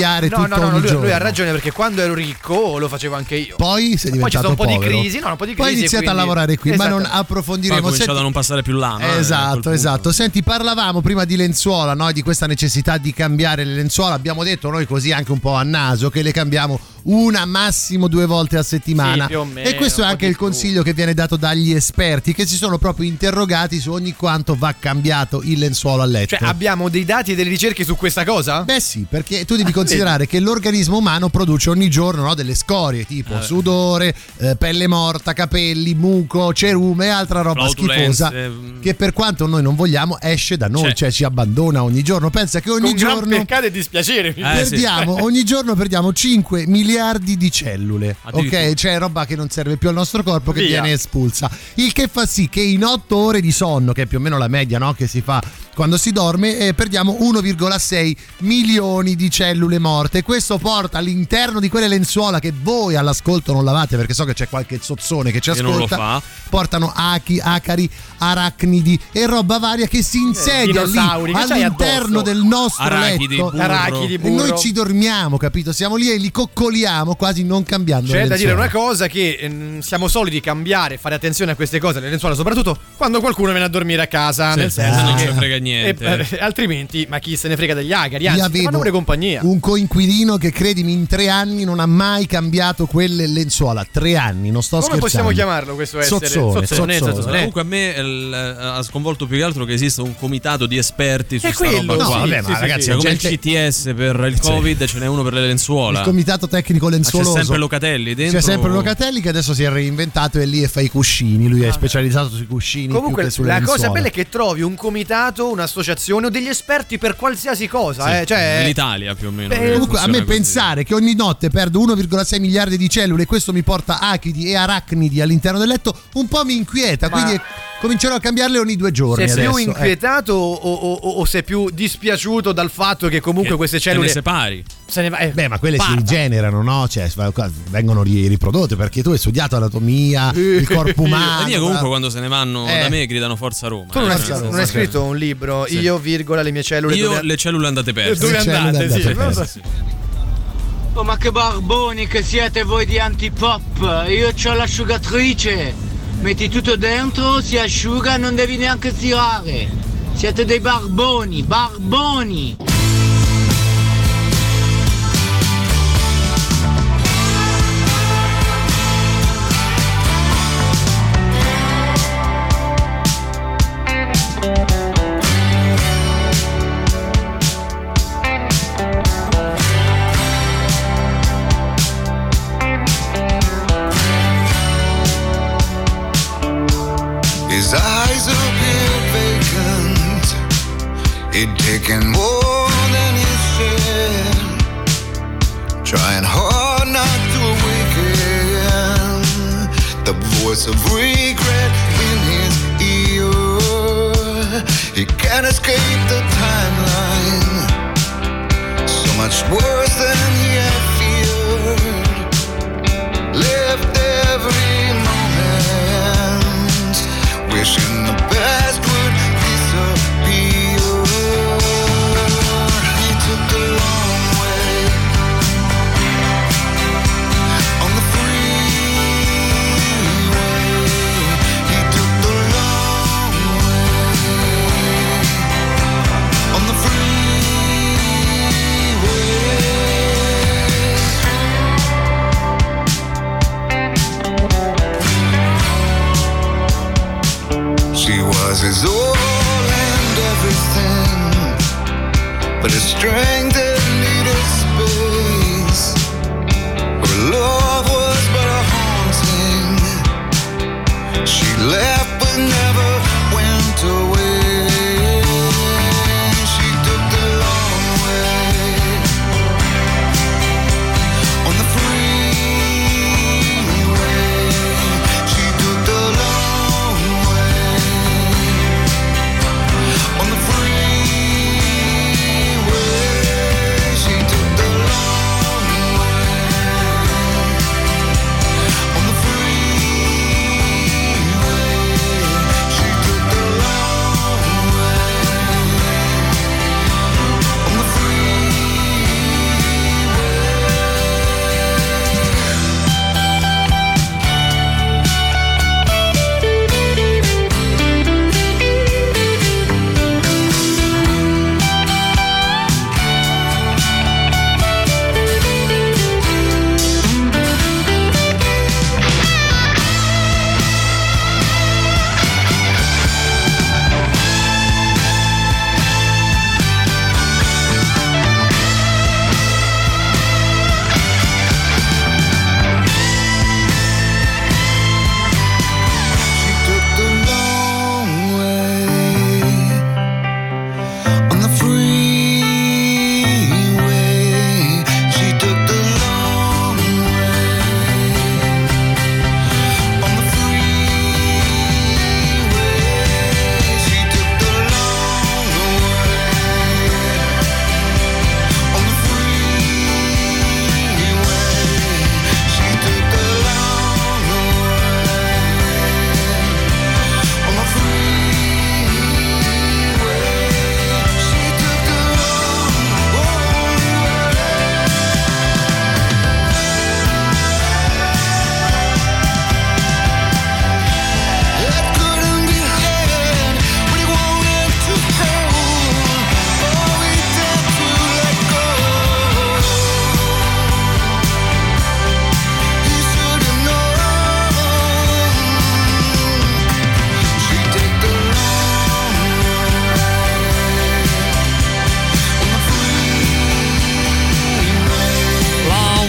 Speaker 6: cambiare
Speaker 5: No,
Speaker 6: tutto
Speaker 5: no, no,
Speaker 6: ogni
Speaker 5: no lui,
Speaker 6: giorno.
Speaker 5: lui ha ragione, perché quando ero ricco lo facevo anche io.
Speaker 6: Poi sei
Speaker 5: Poi c'è
Speaker 6: diventato
Speaker 5: stato un po'
Speaker 6: povero.
Speaker 5: di crisi, no, un po' di crisi.
Speaker 6: Poi hai iniziato
Speaker 5: e quindi...
Speaker 6: a lavorare qui, ma non
Speaker 5: Esatto.
Speaker 3: Poi ha
Speaker 6: approfondiremo.
Speaker 3: cominciato
Speaker 6: Senti-
Speaker 3: a non passare più là, no? Eh, a
Speaker 6: Esatto,
Speaker 3: quel
Speaker 6: esatto.
Speaker 3: punto.
Speaker 6: Senti, parlavamo prima di lenzuola, no? Di questa necessità di cambiare le lenzuola. Abbiamo detto noi così anche un po' a naso che le cambiamo una, massimo due volte a settimana.
Speaker 5: Sì, più o meno,
Speaker 6: e questo è
Speaker 5: un po'
Speaker 6: anche
Speaker 5: di
Speaker 6: il consiglio che viene dato dagli esperti, che si sono proprio interrogati su ogni quanto va cambiato il lenzuolo a letto.
Speaker 5: Cioè, abbiamo dei dati e delle ricerche su questa cosa?
Speaker 6: Beh sì, perché tu devi considerare che l'organismo umano produce ogni giorno, no, delle scorie tipo
Speaker 3: Eh.
Speaker 6: sudore, eh, pelle morta, capelli, muco, cerume e altra roba
Speaker 3: Flautulenze,
Speaker 6: schifosa
Speaker 3: mm.
Speaker 6: che per quanto noi non vogliamo esce da noi,
Speaker 3: Cioè.
Speaker 6: cioè ci abbandona ogni giorno. Pensa che ogni
Speaker 5: Con gran
Speaker 6: giorno
Speaker 5: peccato e dispiacere.
Speaker 3: Eh,
Speaker 6: perdiamo, ogni giorno perdiamo cinque miliardi di cellule,
Speaker 3: Addirittura.
Speaker 6: ok? Cioè roba che non serve più al nostro corpo, che
Speaker 5: Via.
Speaker 6: viene espulsa, il che fa sì che in otto ore di sonno, che è più o meno la media, no, che si fa quando si dorme, eh, perdiamo uno virgola sei milioni di cellule morte. Questo porta all'interno di quelle lenzuola che voi all'ascolto non lavate, perché so che c'è qualche zozzone che ci
Speaker 3: Che non lo
Speaker 6: ascolta,
Speaker 3: fa.
Speaker 6: portano achi, acari, arachnidi e roba varia che si insedia lì
Speaker 5: dinosauri, che c'hai
Speaker 6: all'interno
Speaker 5: addosso?
Speaker 6: del nostro
Speaker 3: Arachidi,
Speaker 6: letto.
Speaker 3: burro.
Speaker 5: Arachidi,
Speaker 6: E
Speaker 5: burro.
Speaker 6: noi ci dormiamo, capito? Siamo lì e li coccoliamo quasi non cambiando
Speaker 5: C'è
Speaker 6: le
Speaker 5: da dire
Speaker 6: lenzuola.
Speaker 5: una cosa, che ehm, siamo soliti cambiare, fare attenzione a queste cose, le lenzuola soprattutto quando qualcuno viene a dormire a casa,
Speaker 3: Sì,
Speaker 5: nel
Speaker 3: sì,
Speaker 5: senso
Speaker 3: non
Speaker 5: che-
Speaker 3: ce ne frega niente.
Speaker 5: e, eh, altrimenti, ma chi se ne frega degli acari,
Speaker 6: Io
Speaker 5: anzi, ti
Speaker 6: avevo
Speaker 5: fanno pure compagnia.
Speaker 6: un coinquilino che, credimi, in tre anni non ha mai cambiato quelle lenzuola. Tre anni, non sto
Speaker 5: Come
Speaker 6: scherzando.
Speaker 5: possiamo chiamarlo questo essere?
Speaker 6: Sozzone,
Speaker 5: Sozzone,
Speaker 6: sozzone.
Speaker 5: sozzone.
Speaker 3: Comunque a me il- ha sconvolto più che altro che esista un comitato di esperti su
Speaker 5: È
Speaker 3: sta
Speaker 5: quello,
Speaker 3: roba
Speaker 5: no,
Speaker 3: qua.
Speaker 6: vabbè, ma
Speaker 5: sì,
Speaker 6: ragazzi,
Speaker 5: sì,
Speaker 3: Cioè, come
Speaker 6: gente-
Speaker 3: il C T S per il Covid, ce n'è uno per le lenzuola.
Speaker 6: il comitato tecnico
Speaker 3: Ma c'è
Speaker 6: lenzuoloso.
Speaker 3: sempre Locatelli dentro.
Speaker 6: C'è sempre Locatelli che adesso si è reinventato e lì e fa i cuscini. Lui è specializzato sui cuscini
Speaker 5: Comunque
Speaker 6: più che sulle
Speaker 5: la cosa
Speaker 6: lenzuola.
Speaker 5: bella è che trovi un comitato, un'associazione o degli esperti per qualsiasi cosa, eh. Cioè,
Speaker 3: L'Italia più o meno.
Speaker 5: Beh,
Speaker 3: che
Speaker 6: Comunque a
Speaker 3: funziona
Speaker 6: me
Speaker 3: così.
Speaker 6: pensare che ogni notte perdo uno virgola sei miliardi di cellule e questo mi porta achidi e arachnidi all'interno del letto un po' mi inquieta,
Speaker 5: Ma-
Speaker 6: quindi comincerò a cambiarle ogni due giorni
Speaker 5: sei più
Speaker 6: adesso, eh.
Speaker 5: inquietato o, o- o- o sei più dispiaciuto dal fatto che comunque
Speaker 3: Che
Speaker 5: queste
Speaker 3: te ne
Speaker 5: cellule
Speaker 3: separi.
Speaker 5: se ne va, eh,
Speaker 6: Beh, ma quelle
Speaker 5: parta.
Speaker 6: si rigenerano, no? Cioè, vengono ri- riprodotte perché tu hai studiato anatomia, il corpo umano.
Speaker 3: Le mie comunque
Speaker 6: ma-
Speaker 3: quando se ne vanno
Speaker 6: Eh.
Speaker 3: da me gridano Forza Roma.
Speaker 5: Tu non
Speaker 3: eh,
Speaker 5: hai,
Speaker 3: nel senso-
Speaker 5: non hai scritto un libro,
Speaker 3: Sì.
Speaker 5: io virgola le mie cellule
Speaker 3: Io
Speaker 5: dove...
Speaker 3: le cellule andate perse.
Speaker 5: Dove
Speaker 6: Le cellule
Speaker 5: andate, sì.
Speaker 6: andate perse.
Speaker 3: Sì.
Speaker 12: Oh, ma che barboni che siete voi di antipop! Io c'ho l'asciugatrice! Metti tutto dentro, si asciuga e non devi neanche tirare! Siete dei barboni, barboni!
Speaker 8: His eyes appear vacant. He'd taken more than his share. Trying hard not to awaken the voice of regret in his ear. He can't escape the timeline. So much worse than he had feared. Left every moment wishing the best would disappear. He took the long way on the freeway. He took the long way on the freeway. She was his all and everything, but his strength had needed space. Her love was but a haunting. She left but never went away. She took the long way on the freeway. She took the long way on the freeway.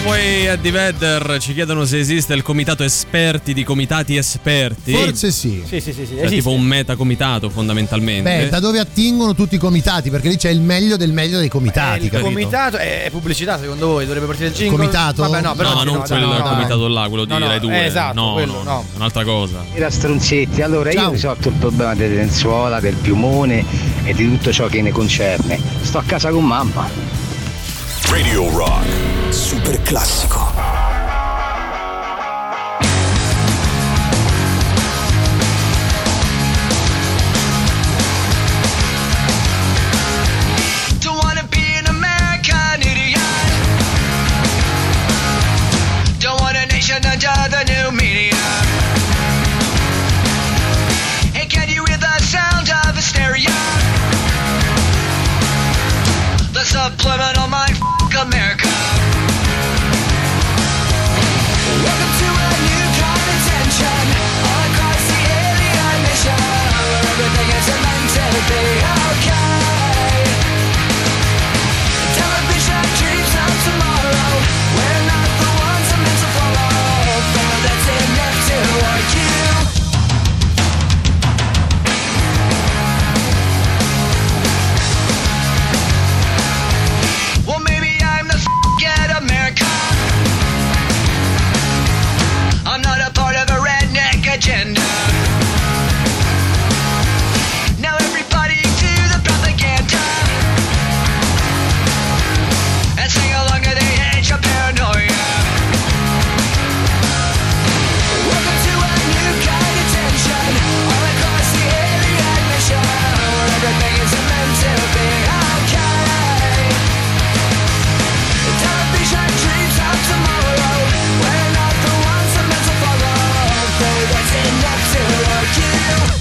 Speaker 3: Halfway at the Vedder ci chiedono se esiste il comitato esperti di comitati esperti.
Speaker 6: Forse sì.
Speaker 5: Sì, sì, sì, sì,
Speaker 3: Cioè,
Speaker 5: esiste.
Speaker 3: tipo un metacomitato fondamentalmente.
Speaker 6: Beh, da dove attingono tutti i comitati? Perché lì c'è il meglio del meglio dei comitati.
Speaker 5: Eh, il
Speaker 6: capito?
Speaker 5: comitato è pubblicità secondo voi? Dovrebbe partire il jingle?
Speaker 6: Comitato?
Speaker 5: Vabbè, no, però
Speaker 3: no,
Speaker 5: oggi
Speaker 3: non
Speaker 5: no,
Speaker 3: quel
Speaker 5: dai, no,
Speaker 3: comitato
Speaker 5: dai.
Speaker 3: là, quello di
Speaker 5: No, no,
Speaker 3: Rai due.
Speaker 5: eh, esatto,
Speaker 3: no,
Speaker 5: quello,
Speaker 3: no,
Speaker 5: no.
Speaker 3: è un'altra cosa.
Speaker 13: Era Stronzetti, allora io ho risolto il problema delle lenzuola, del piumone e di tutto ciò che ne concerne. Sto a casa con mamma.
Speaker 1: Radio Rock. Super classico.
Speaker 8: Don't wanna be an American idiot. Don't want a nation under the new media. Hey, can you hear the sound of hysteria? The subliminal mind f*** America. Welcome to a new kind of tension all across the alien mission, where everything is meant to be okay. Television dreams of tomorrow, we're not the ones I'm meant to follow. For that's enough to argue. Well, maybe I'm the f***ing America. I'm not a part of a redneck agenda. Now everybody do the propaganda and sing along to the age of paranoia. Welcome to a new kind of tension all across the alien mission, where everything is meant to be okay. Television dreams of tomorrow, we're not the ones I'm meant to follow. Though that's enough to argue.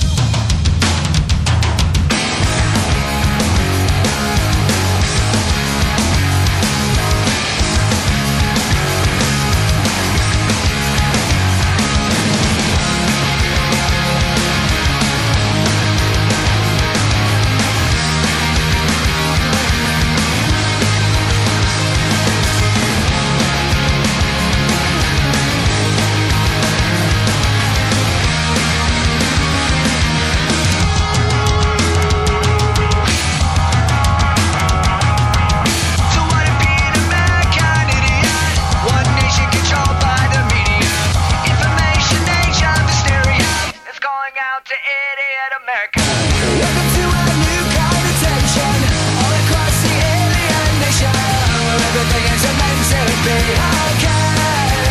Speaker 8: So what if being American idiot? One nation controlled by the media. Information age of hysteria is calling out to idiot America. Welcome to a new kind of tension all across the alien nation, where everything is meant to be okay.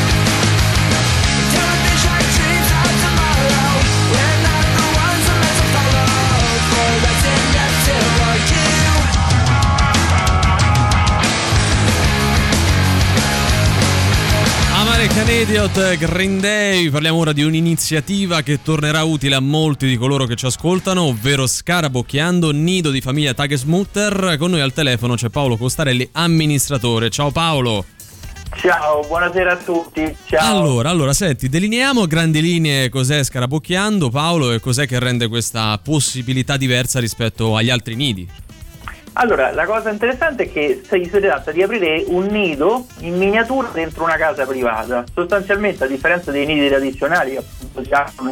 Speaker 8: Television dreams of tomorrow, we're not the ones I'm meant to follow. For that's enough to argue.
Speaker 3: American Idiot, Green Day. Parliamo ora di un'iniziativa che tornerà utile a molti di coloro che ci ascoltano, ovvero Scarabocchiando, nido di famiglia Tagesmutter. Con noi al telefono c'è Paolo Costarelli, amministratore. Ciao Paolo.
Speaker 14: Ciao, buonasera a tutti. Ciao.
Speaker 3: Allora, allora, senti, delineiamo a grandi linee cos'è Scarabocchiando, Paolo, e cos'è che rende questa possibilità diversa rispetto agli altri nidi.
Speaker 14: Allora, la cosa interessante è che si tratta di aprire un nido in miniatura dentro una casa privata. Sostanzialmente, a differenza dei nidi tradizionali, appunto si aprono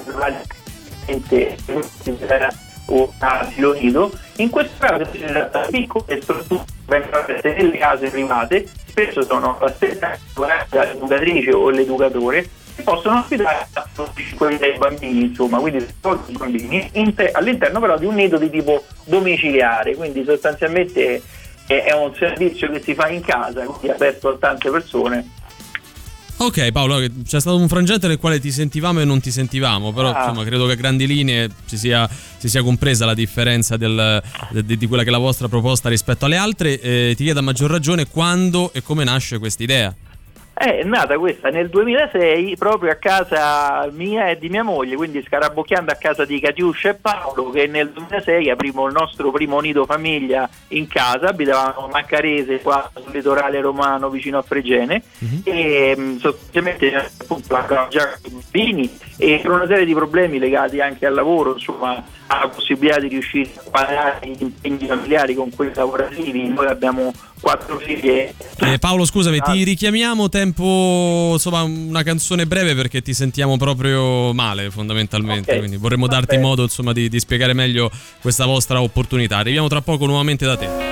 Speaker 14: un asilo nido, in questo caso si tratta di piccole strutture che vengono aperte nelle case private, spesso sono assistenti l'educatrice o l'educatore, che possono ospitare cinque sei bambini, insomma, quindi pochi bambini, te- all'interno però di un nido di tipo domiciliare, quindi sostanzialmente è, è un servizio che si fa in casa, quindi aperto a tante persone.
Speaker 3: Ok Paolo, c'è stato un frangente nel quale ti sentivamo e non ti sentivamo, però
Speaker 14: Ah.
Speaker 3: insomma credo che a grandi linee si sia, si sia compresa la differenza del, di, di quella che è la vostra proposta rispetto alle altre. Eh, ti chiedo a maggior ragione quando e come nasce questa idea.
Speaker 14: È nata questa nel duemilasei proprio a casa mia e di mia moglie, quindi scarabocchiando a casa di Catiuscia e Paolo, che nel duemilasei aprimmo il nostro primo nido famiglia in casa. Abitavamo a Maccarese, qua sul litorale romano vicino a Fregene, uh-huh. e mh, sostanzialmente appunto avevamo già bambini e per una serie di problemi legati anche al lavoro, insomma alla possibilità di riuscire a pagare gli impegni familiari con quelli lavorativi, noi abbiamo quattro figlie.
Speaker 3: Eh, Paolo, scusami, ti richiamiamo tempo, insomma, una canzone breve perché ti sentiamo proprio male fondamentalmente,
Speaker 14: Okay.
Speaker 3: quindi vorremmo darti
Speaker 14: Vabbè.
Speaker 3: modo, insomma, di, di spiegare meglio questa vostra opportunità. Arriviamo tra poco nuovamente da te.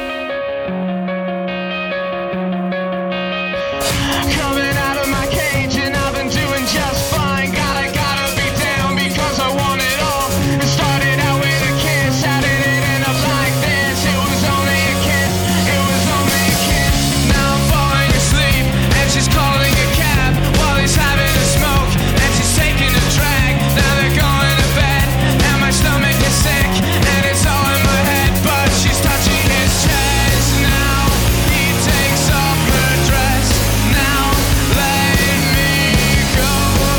Speaker 8: Coming out of my cage and I've been doing just fine. Gotta, gotta be down because I want it all. It started out with a kiss, how did it end up like this? It was only a kiss, it was only a kiss. Now I'm falling asleep and she's calling a cab while he's having a smoke and she's taking a drag. Now they're going to bed and my stomach is sick and it's all in my head, but she's touching his chest now. He takes off her dress. Now let me go.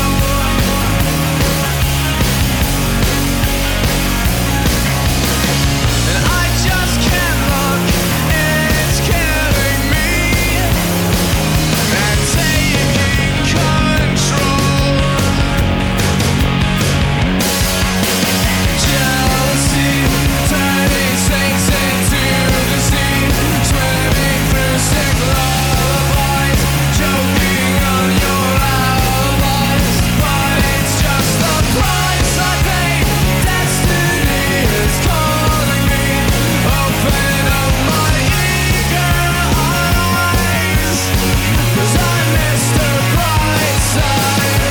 Speaker 8: And I just can't look. It's killing me. And taking control. Jealousy turning saints into the sea, swimming through sick lullabies, choking on your alibis. But it's just the price I pay. Destiny is calling me. Open up my eager eyes, 'cause I missed the bright side.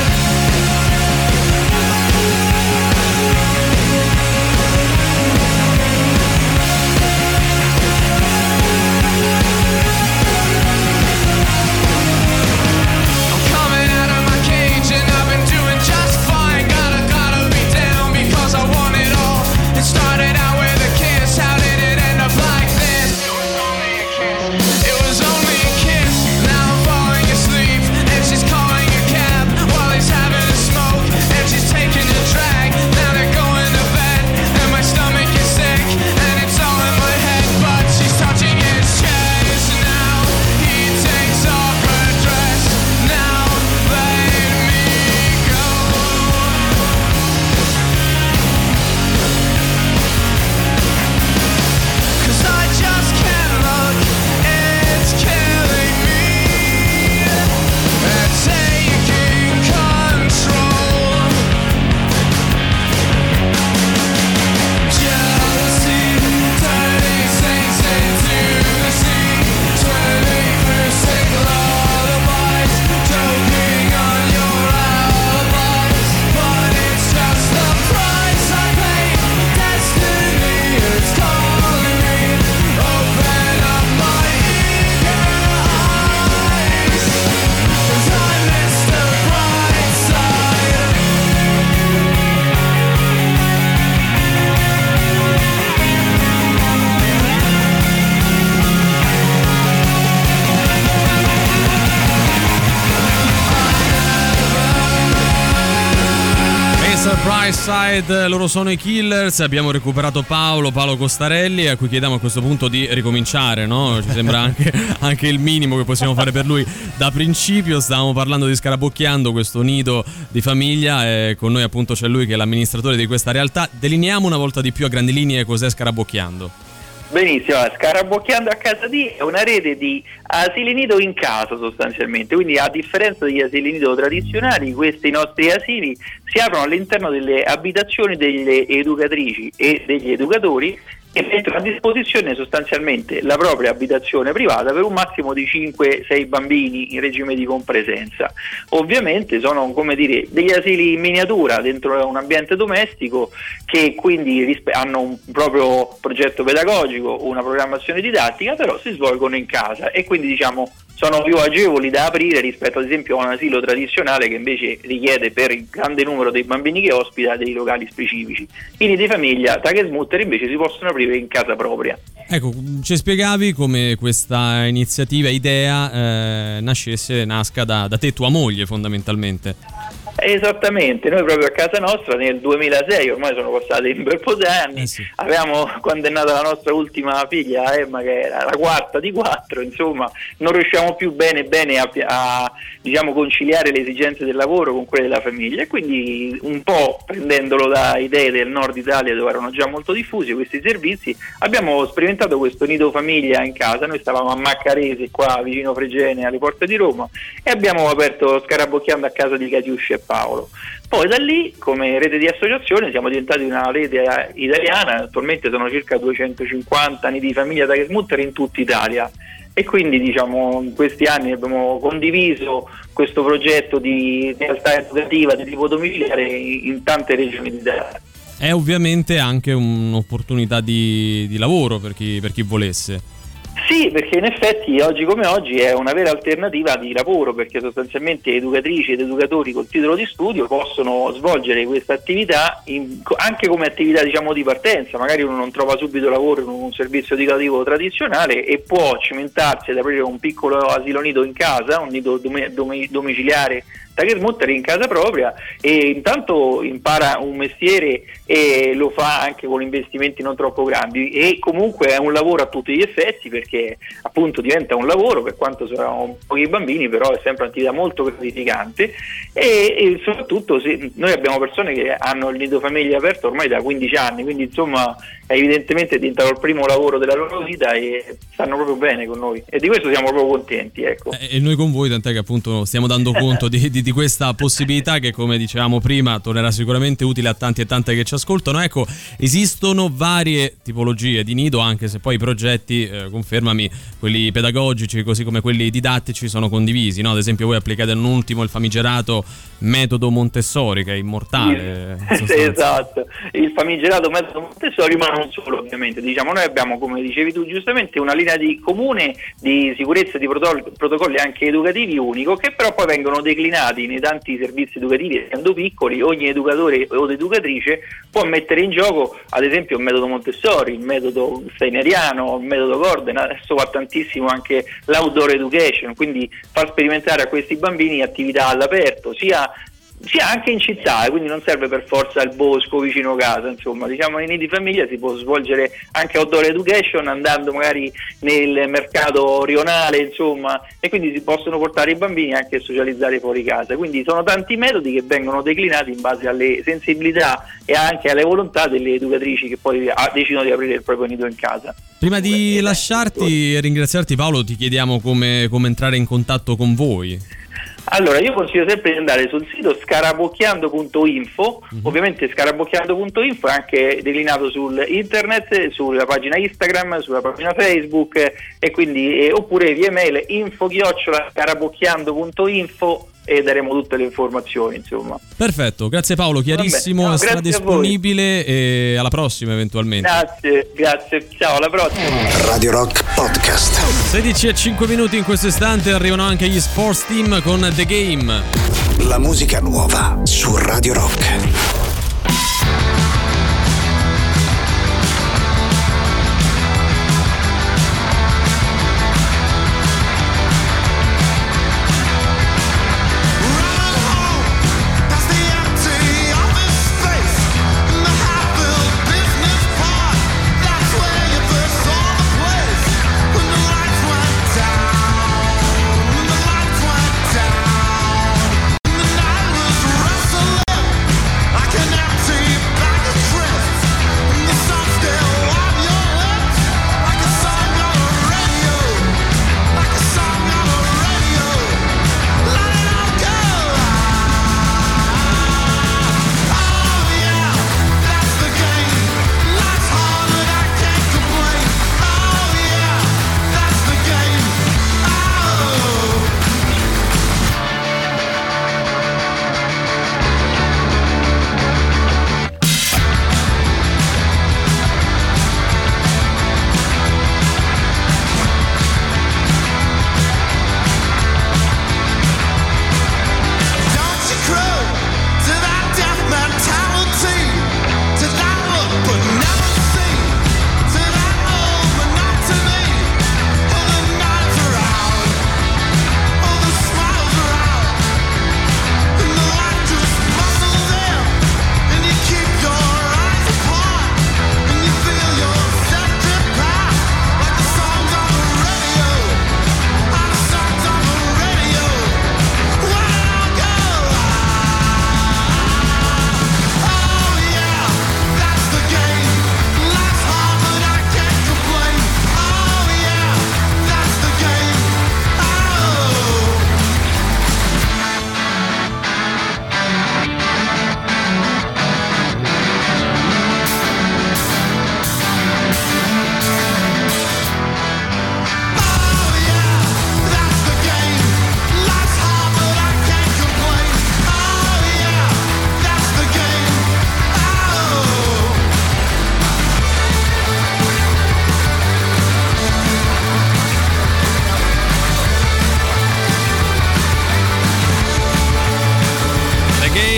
Speaker 8: I'm coming out of my cage and I've been doing just fine. Gotta, gotta be down because I want it all. It started out with a kiss, how did it end up like this? It was only a kiss, it was only a kiss. Now I'm falling asleep and she's calling a cab while he's having a smoke and she's taking a drag. Now they're going to bed and my stomach is sick and it's all in my head, but she's touching his chest now. He takes off her dress. Now let me go. 'Cause I just can't look. It's killing me. And taking control. Jealousy turning saints into the sea, swimming through sick lullabies, choking on your alibis. But it's just the price I pay. Destiny is calling me. Open up my eager eyes, 'cause I missed the bright side.
Speaker 3: Mister Brightside, loro sono i Killers. Abbiamo recuperato Paolo, Paolo Costarelli, a cui chiediamo a questo punto di ricominciare, no? Ci sembra anche, anche il minimo che possiamo fare per lui da principio. Stavamo parlando di Scarabocchiando, questo nido di famiglia, e con noi appunto c'è lui che è l'amministratore di questa realtà. Delineiamo una volta di più a grandi linee cos'è Scarabocchiando.
Speaker 14: Benissimo, Scarabocchiando a casa di è una rete di asili nido in casa sostanzialmente, quindi a differenza degli asili nido tradizionali, questi nostri asili si aprono all'interno delle abitazioni delle educatrici e degli educatori e mettono a disposizione sostanzialmente la propria abitazione privata per un massimo di cinque sei bambini in regime di compresenza. Ovviamente sono, come dire, degli asili in miniatura dentro un ambiente domestico che quindi rispe- hanno un proprio progetto pedagogico, una programmazione didattica, però si svolgono in casa e quindi diciamo sono più agevoli da aprire rispetto ad esempio a un asilo tradizionale che invece richiede per il grande numero dei bambini che ospita dei locali specifici. I nidi famiglia Tagesmutter invece si possono aprire in casa propria.
Speaker 3: Ecco, ci spiegavi come questa iniziativa, idea, eh, nascesse, nasca da, da te e tua moglie fondamentalmente.
Speaker 14: Esattamente, noi proprio a casa nostra nel duemilasei, ormai sono passati un bel po' di anni,
Speaker 3: Eh sì.
Speaker 14: avevamo, quando è nata la nostra ultima figlia Emma, che era la quarta di quattro, insomma non riusciamo più bene bene a, a diciamo conciliare le esigenze del lavoro con quelle della famiglia, e quindi un po' prendendolo da idee del nord Italia dove erano già molto diffusi questi servizi, abbiamo sperimentato questo nido famiglia in casa. Noi stavamo a Maccarese, qua vicino Fregene, alle porte di Roma, e abbiamo aperto Scarabocchiando a casa di Catiuscia e Paolo. Poi da lì, come rete di associazione, siamo diventati una rete italiana. Attualmente sono circa duecentocinquanta nidi famiglia Tiger Smutter in tutta Italia, e quindi diciamo in questi anni abbiamo condiviso questo progetto di realtà educativa di tipo domiciliare in tante regioni d'Italia.
Speaker 3: È ovviamente anche un'opportunità di, di lavoro per chi, per chi volesse.
Speaker 14: Sì, perché in effetti oggi come oggi è una vera alternativa di lavoro, perché sostanzialmente educatrici ed educatori col titolo di studio possono svolgere questa attività in, anche come attività diciamo di partenza. Magari uno non trova subito lavoro in un servizio educativo tradizionale e può cimentarsi ad aprire un piccolo asilo nido in casa, un nido dom- dom- domiciliare Tiger Smutter in casa propria, e intanto impara un mestiere e lo fa anche con investimenti non troppo grandi, e comunque è un lavoro a tutti gli effetti, perché appunto diventa un lavoro, per quanto sono pochi bambini, però è sempre un'attività molto gratificante, e, e soprattutto se noi abbiamo persone che hanno il nido famiglia aperto ormai da quindici anni, quindi insomma evidentemente è diventato il primo lavoro della loro vita e stanno proprio bene con noi, e di questo siamo proprio contenti, ecco.
Speaker 3: E noi con voi, tant'è che appunto stiamo dando conto di, di, di questa possibilità che, come dicevamo prima, tornerà sicuramente utile a tanti e tante che ci ascoltano. Ecco, esistono varie tipologie di nido, anche se poi i progetti, eh, confermami, quelli pedagogici così come quelli didattici sono condivisi, no? Ad esempio voi applicate un ultimo il famigerato metodo Montessori, che è immortale.
Speaker 14: Il, esatto, il famigerato metodo Montessori, ma non solo ovviamente. Diciamo, noi abbiamo, come dicevi tu giustamente, una linea di comune di sicurezza e di protocolli, protocolli anche educativi unico, che però poi vengono declinati nei tanti servizi educativi. Essendo piccoli, ogni educatore o educatrice può mettere in gioco ad esempio il metodo Montessori, il metodo steineriano, il metodo Gordon. Adesso va tantissimo anche l'outdoor education, quindi far sperimentare a questi bambini attività all'aperto, sia sia anche in città, quindi non serve per forza il bosco vicino casa, insomma diciamo nei nidi famiglia si può svolgere anche outdoor education andando magari nel mercato rionale, insomma, e quindi si possono portare i bambini anche a socializzare fuori casa. Quindi sono tanti metodi che vengono declinati in base alle sensibilità e anche alle volontà delle educatrici che poi decidono di aprire il proprio nido in casa.
Speaker 3: Prima di lasciarti e ringraziarti, Paolo, ti chiediamo come, come entrare in contatto con voi.
Speaker 14: Allora, io consiglio sempre di andare sul sito scarabocchiando punto info, uh-huh. Ovviamente scarabocchiando punto info è anche declinato sul internet, sulla pagina Instagram, sulla pagina Facebook, e quindi eh, oppure via mail info chiocciola scarabocchiando punto info e daremo tutte le informazioni, insomma.
Speaker 3: Perfetto, grazie Paolo, chiarissimo, no, sarà disponibile e alla prossima eventualmente.
Speaker 14: Grazie, grazie, ciao, alla prossima.
Speaker 1: Radio Rock Podcast.
Speaker 3: sedici e cinque minuti in questo istante, arrivano anche gli Sports Team con The Game.
Speaker 1: La musica nuova su Radio Rock.
Speaker 8: I can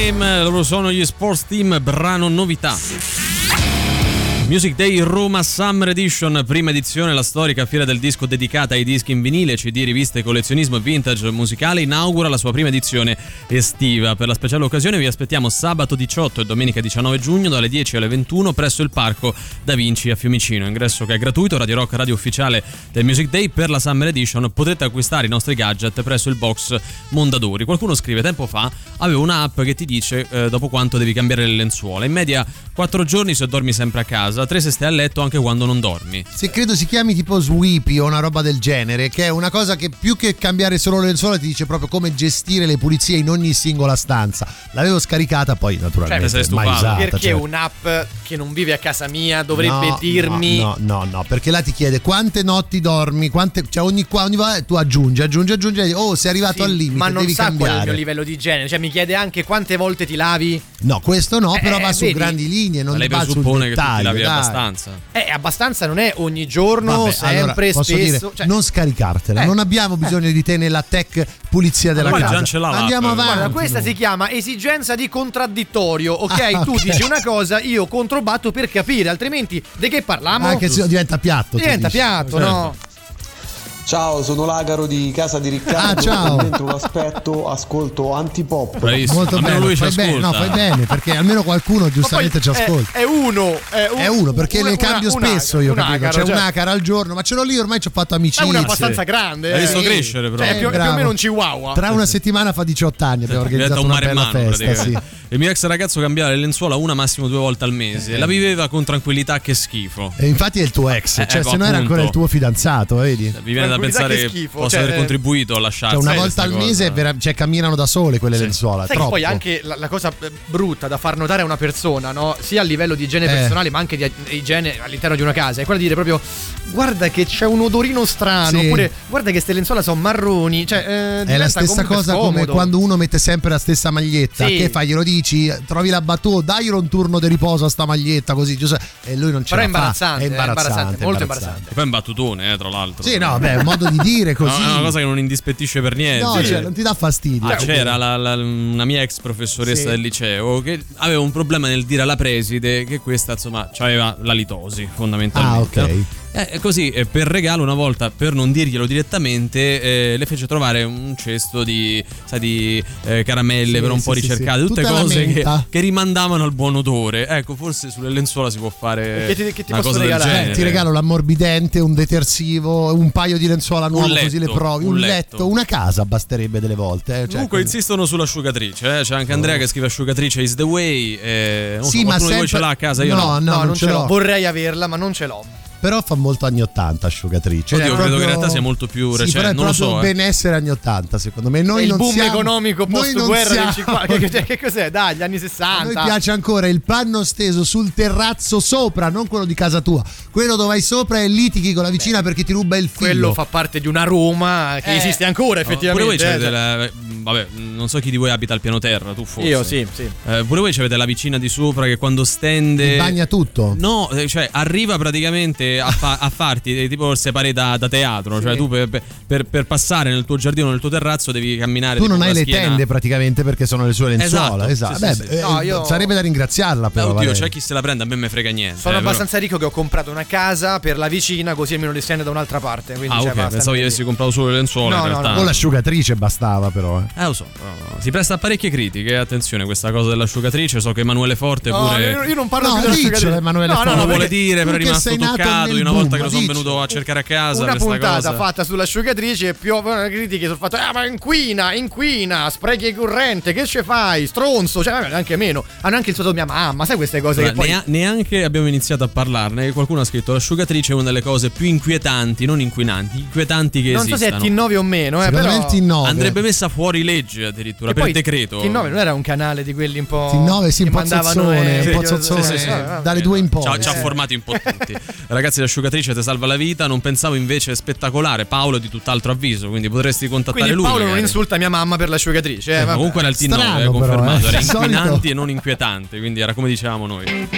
Speaker 3: Game, loro sono gli Sports Team, brano novità. Music Day Roma Summer Edition, prima edizione, la storica fiera del disco dedicata ai dischi in vinile, C D, riviste, collezionismo e vintage musicale, inaugura la sua prima edizione estiva. Per la speciale occasione vi aspettiamo sabato diciotto e domenica diciannove giugno dalle dieci alle ventuno presso il Parco Da Vinci a Fiumicino. Ingresso che è gratuito, Radio Rock, radio ufficiale del Music Day. Per la Summer Edition potrete acquistare i nostri gadget presso il box Mondadori. Qualcuno scrive: tempo fa avevo un'app che ti dice eh, dopo quanto devi cambiare le lenzuola, in media quattro giorni se dormi sempre a casa, tre se stai a letto anche quando non dormi.
Speaker 6: Se credo si chiami tipo Sweepy o una roba del genere, che è una cosa che più che cambiare solo le lenzuola ti dice proprio come gestire le pulizie in ogni singola stanza. L'avevo scaricata, poi naturalmente
Speaker 5: cioè,
Speaker 6: mai usata.
Speaker 5: Perché
Speaker 6: cioè.
Speaker 5: un'app che non vive a casa mia dovrebbe
Speaker 6: no,
Speaker 5: dirmi
Speaker 6: no, no, no, no, perché là ti chiede quante notti dormi, quante, cioè ogni qua ogni volta tu aggiungi, aggiungi, aggiungi, oh sei arrivato
Speaker 5: sì,
Speaker 6: al limite,
Speaker 5: ma non
Speaker 6: devi
Speaker 5: sa
Speaker 6: cambiare.
Speaker 5: qual è il mio livello di igiene, cioè mi chiede anche quante volte ti lavi.
Speaker 6: No, questo no, però
Speaker 5: eh,
Speaker 6: va su
Speaker 5: vedi?
Speaker 6: grandi linee, non
Speaker 3: lei
Speaker 6: va sul
Speaker 3: presuppone
Speaker 6: dettaglio,
Speaker 3: che tu ti lavi
Speaker 6: dai.
Speaker 3: abbastanza.
Speaker 5: Eh, abbastanza non è ogni giorno,
Speaker 6: Vabbè,
Speaker 5: sempre,
Speaker 6: allora, posso
Speaker 5: spesso.
Speaker 6: dire,
Speaker 5: Cioè,
Speaker 6: non scaricartela,
Speaker 5: eh,
Speaker 6: non abbiamo bisogno di te nella tech pulizia della
Speaker 5: Guarda,
Speaker 6: casa.
Speaker 3: già ce l'ha l'app.
Speaker 6: Andiamo avanti.
Speaker 5: Guarda, questa si chiama esigenza di contraddittorio, ok?
Speaker 6: Ah,
Speaker 5: tu
Speaker 6: ok.
Speaker 5: dici una cosa, io controbatto per capire, altrimenti di che parliamo?
Speaker 6: Anche se diventa piatto. tu
Speaker 5: Diventa
Speaker 6: dici.
Speaker 5: piatto,
Speaker 3: Certo.
Speaker 5: no?
Speaker 15: Ciao, sono l'Agaro di casa di Riccardo.
Speaker 6: Ah, ciao.
Speaker 15: Mentre lo aspetto, ascolto Antipop.
Speaker 3: Bravissimo.
Speaker 6: Molto
Speaker 3: Almeno
Speaker 6: bene,
Speaker 3: lui ci
Speaker 6: fai bene, no,
Speaker 3: ascolta.
Speaker 6: fai bene, perché almeno qualcuno giustamente
Speaker 5: Ma
Speaker 6: ci
Speaker 5: poi
Speaker 6: ascolta.
Speaker 5: È, è uno, è, un,
Speaker 6: È uno, perché
Speaker 5: una-
Speaker 6: le cambio
Speaker 5: una-
Speaker 6: spesso io,
Speaker 5: un
Speaker 6: capito?
Speaker 5: acaro,
Speaker 6: C'è
Speaker 5: cioè,
Speaker 6: un'acara al giorno, ma ce l'ho lì, ormai ci ho fatto
Speaker 5: è
Speaker 6: amicizia.
Speaker 5: una abbastanza grande.
Speaker 3: L'hai visto
Speaker 5: eh.
Speaker 3: crescere, però.
Speaker 5: Cioè, è più,
Speaker 6: Eh,
Speaker 5: più o
Speaker 6: bravo.
Speaker 5: meno un chihuahua.
Speaker 6: Tra una settimana fa diciotto anni, abbiamo
Speaker 3: Diventa
Speaker 6: organizzato
Speaker 3: un
Speaker 6: una
Speaker 3: mare
Speaker 6: bella
Speaker 3: mano,
Speaker 6: festa, sì.
Speaker 3: praticamente. Il mio ex ragazzo cambiava le lenzuola una massimo due volte al mese. La viveva con tranquillità, che schifo.
Speaker 6: E infatti è il tuo ex,
Speaker 3: Eh,
Speaker 6: cioè
Speaker 3: ecco,
Speaker 6: se no era
Speaker 3: appunto.
Speaker 6: ancora il tuo fidanzato, vedi?
Speaker 3: Mi viene da
Speaker 5: Tranquillità,
Speaker 3: pensare
Speaker 5: che
Speaker 3: che,
Speaker 5: schifo,
Speaker 3: possa
Speaker 5: cioè,
Speaker 3: aver
Speaker 5: eh.
Speaker 3: contribuito a lasciarsi.
Speaker 6: Cioè una
Speaker 3: Sai
Speaker 6: volta al
Speaker 3: questa
Speaker 6: mese
Speaker 3: cosa?
Speaker 6: vera- cioè, camminano da sole quelle
Speaker 3: Sì.
Speaker 6: lenzuola.
Speaker 5: Sai che
Speaker 6: troppo.
Speaker 5: poi anche la, la cosa eh, brutta da far notare a una persona, no? Sia a livello di igiene
Speaker 6: Eh.
Speaker 5: personale, ma anche di igiene all'interno di una casa, è quella di dire proprio: guarda che c'è un odorino strano,
Speaker 6: Sì.
Speaker 5: oppure guarda che ste lenzuola sono marroni. Cioè, eh,
Speaker 6: È
Speaker 5: diventa
Speaker 6: la stessa
Speaker 5: comunque
Speaker 6: cosa come
Speaker 5: scomodo.
Speaker 6: quando uno mette sempre la stessa maglietta.
Speaker 5: Sì.
Speaker 6: Che fai? Glielo dici, trovi la battuta, daglielo un turno di riposo a sta maglietta così. Giuseppe, e lui non ce
Speaker 5: Però è
Speaker 6: la fa.
Speaker 5: imbarazzante,
Speaker 6: È
Speaker 5: è
Speaker 6: imbarazzante,
Speaker 5: imbarazzante, molto
Speaker 3: E poi è un battutone, eh, tra l'altro.
Speaker 6: Sì, no, beh, è un modo di dire così.
Speaker 3: No, è una cosa che non indispettisce per niente.
Speaker 6: No, cioè, non ti dà fastidio.
Speaker 3: Ah, c'era la- la- una mia ex professoressa
Speaker 6: Sì.
Speaker 3: del liceo che aveva un problema nel dire alla preside che questa, insomma, aveva la litosi, fondamentalmente.
Speaker 6: Ah, ok.
Speaker 3: no? Eh, così eh, per regalo una volta, per non dirglielo direttamente, eh, le fece trovare un cesto di, sai, di eh, caramelle
Speaker 6: Sì,
Speaker 3: per un
Speaker 6: sì,
Speaker 3: po'
Speaker 6: sì,
Speaker 3: ricercate,
Speaker 6: sì.
Speaker 3: tutte
Speaker 6: Tutta la
Speaker 3: cose che,
Speaker 6: menta.
Speaker 3: che rimandavano al buon odore. Ecco, forse sulle lenzuola si può fare
Speaker 5: Che ti- che ti
Speaker 3: una
Speaker 5: posso
Speaker 3: cosa del
Speaker 5: regalare?
Speaker 3: genere.
Speaker 6: Eh, ti regalo l'ammorbidente, un detersivo, un paio di lenzuola nuove,
Speaker 3: letto,
Speaker 6: così le provi. Un,
Speaker 3: un
Speaker 6: letto.
Speaker 3: letto.
Speaker 6: una casa basterebbe delle volte. Eh. Cioè,
Speaker 3: Comunque
Speaker 6: quindi-
Speaker 3: insistono sull'asciugatrice, eh? C'è anche Andrea che scrive asciugatrice is the way. Eh, non
Speaker 6: Sì,
Speaker 3: so,
Speaker 6: ma
Speaker 3: qualcuno di voi
Speaker 6: sempre-
Speaker 3: ce l'ha a casa? Io
Speaker 6: No,
Speaker 3: no.
Speaker 6: no,
Speaker 5: No, non,
Speaker 6: ce
Speaker 5: ce l'ho.
Speaker 6: l'ho.
Speaker 5: Vorrei averla, ma non ce l'ho.
Speaker 6: Però fa molto anni ottanta asciugatrice.
Speaker 3: Oddio,
Speaker 6: È
Speaker 3: credo che in
Speaker 6: proprio-
Speaker 3: realtà sia molto più
Speaker 6: Sì,
Speaker 3: recente,
Speaker 6: però è
Speaker 3: non lo
Speaker 6: proprio
Speaker 3: so, eh.
Speaker 6: benessere anni ottanta, secondo me. Noi
Speaker 5: È il
Speaker 6: non
Speaker 5: boom
Speaker 6: siamo,
Speaker 5: economico
Speaker 6: noi non
Speaker 5: post-guerra del
Speaker 6: siamo-
Speaker 5: cinquanta. Che, che cos'è? Dai, gli anni
Speaker 6: A noi
Speaker 5: sessanta.
Speaker 6: piace ancora il panno steso sul terrazzo sopra, non quello di casa tua. Quello dove vai sopra e litighi con la vicina perché ti ruba il figlio.
Speaker 5: Quello fa parte di una Roma che
Speaker 6: Eh.
Speaker 5: esiste ancora,
Speaker 3: Pure
Speaker 5: effettivamente.
Speaker 3: voi
Speaker 5: eh,
Speaker 3: avete
Speaker 5: cioè.
Speaker 3: la, vabbè, non so chi di voi abita al piano terra, tu forse.
Speaker 5: Io sì, sì.
Speaker 3: Eh, pure voi avete la vicina di sopra che quando stende
Speaker 6: Ti bagna tutto.
Speaker 3: No, eh, cioè arriva praticamente a, fa- a farti eh, tipo il separé da, da teatro, cioè
Speaker 5: Sì.
Speaker 3: tu per, per- per passare nel tuo giardino, nel tuo terrazzo devi camminare
Speaker 6: Tu
Speaker 3: tipo
Speaker 6: non
Speaker 3: con
Speaker 6: hai
Speaker 3: la
Speaker 6: le
Speaker 3: schiena-
Speaker 6: tende praticamente perché sono le sue lenzuola.
Speaker 3: Esatto,
Speaker 6: Esatto.
Speaker 3: sì,
Speaker 6: Beh,
Speaker 3: sì, sì.
Speaker 6: eh,
Speaker 5: No, io-
Speaker 6: sarebbe da ringraziarla
Speaker 3: Eh,
Speaker 6: però.
Speaker 3: oddio,
Speaker 6: Valerio.
Speaker 3: c'è chi se la prende, a me me frega niente.
Speaker 5: Sono
Speaker 3: eh, però-
Speaker 5: abbastanza ricco che ho comprato una casa per la vicina, così almeno le stende da un'altra parte. Quindi
Speaker 3: Ah,
Speaker 5: cioè,
Speaker 3: ok,
Speaker 5: basta
Speaker 3: pensavo che
Speaker 5: andare
Speaker 3: avessi
Speaker 5: lì.
Speaker 3: comprato solo le lenzuola
Speaker 5: No,
Speaker 3: in
Speaker 5: no,
Speaker 3: realtà.
Speaker 6: O l'asciugatrice bastava però. Eh.
Speaker 3: Eh, lo so, però si presta a parecchie critiche, attenzione questa cosa dell'asciugatrice, so che Emanuele Forte
Speaker 5: No,
Speaker 3: pure
Speaker 5: io, io non parlo
Speaker 6: No,
Speaker 5: più dell'asciugatrice.
Speaker 6: diccelo, Emanuele
Speaker 5: no, no,
Speaker 6: Forte.
Speaker 5: no,
Speaker 3: lo vuole
Speaker 5: perché
Speaker 3: dire, però è
Speaker 6: tu che
Speaker 3: rimasto
Speaker 6: sei nato
Speaker 3: toccato
Speaker 6: nel
Speaker 3: di una volta
Speaker 6: boom,
Speaker 3: che lo sono
Speaker 6: dici.
Speaker 3: venuto a cercare a casa
Speaker 5: una
Speaker 3: per sta
Speaker 5: puntata
Speaker 3: cosa.
Speaker 5: fatta sull'asciugatrice e piovono critiche sul fatto ah ma inquina, inquina, sprechi corrente, che ce fai, stronzo, cioè vabbè, anche meno. Hanno anche insultato mia mamma, sai queste cose
Speaker 3: Allora,
Speaker 5: che poi
Speaker 3: nea- neanche abbiamo iniziato a parlarne. Qualcuno ha scritto l'asciugatrice è una delle cose più inquietanti, non inquinanti, inquietanti che
Speaker 5: non so
Speaker 3: esistano.
Speaker 5: se è T nove o meno, eh,
Speaker 6: Secondo
Speaker 5: però
Speaker 6: me il T nove.
Speaker 3: Andrebbe messa fuori legge addirittura
Speaker 5: che
Speaker 3: per
Speaker 5: poi
Speaker 3: decreto.
Speaker 5: T nove non era un canale di quelli un po'
Speaker 6: T nove sì, un
Speaker 5: che
Speaker 6: po'
Speaker 5: mandavano,
Speaker 6: zozzone,
Speaker 5: eh,
Speaker 6: un po'
Speaker 5: video-
Speaker 6: zozzone,
Speaker 3: sì, sì, sì.
Speaker 5: eh,
Speaker 6: dalle due in poi.
Speaker 3: Ci ha, ci ha
Speaker 5: Eh.
Speaker 3: formati un po' tutti. Ragazzi, l'asciugatrice ti salva la vita. Non pensavo invece spettacolare. Paolo è di tutt'altro avviso, quindi potresti contattare
Speaker 5: Quindi
Speaker 3: lui.
Speaker 5: Paolo non
Speaker 3: magari.
Speaker 5: insulta mia mamma per l'asciugatrice, eh,
Speaker 3: Eh,
Speaker 5: vabbè.
Speaker 3: comunque era il T nove,
Speaker 6: Strano,
Speaker 3: è
Speaker 6: però,
Speaker 3: confermato.
Speaker 6: eh.
Speaker 3: Era
Speaker 6: Di solito-
Speaker 3: inquinanti e non inquietante, quindi era come dicevamo noi.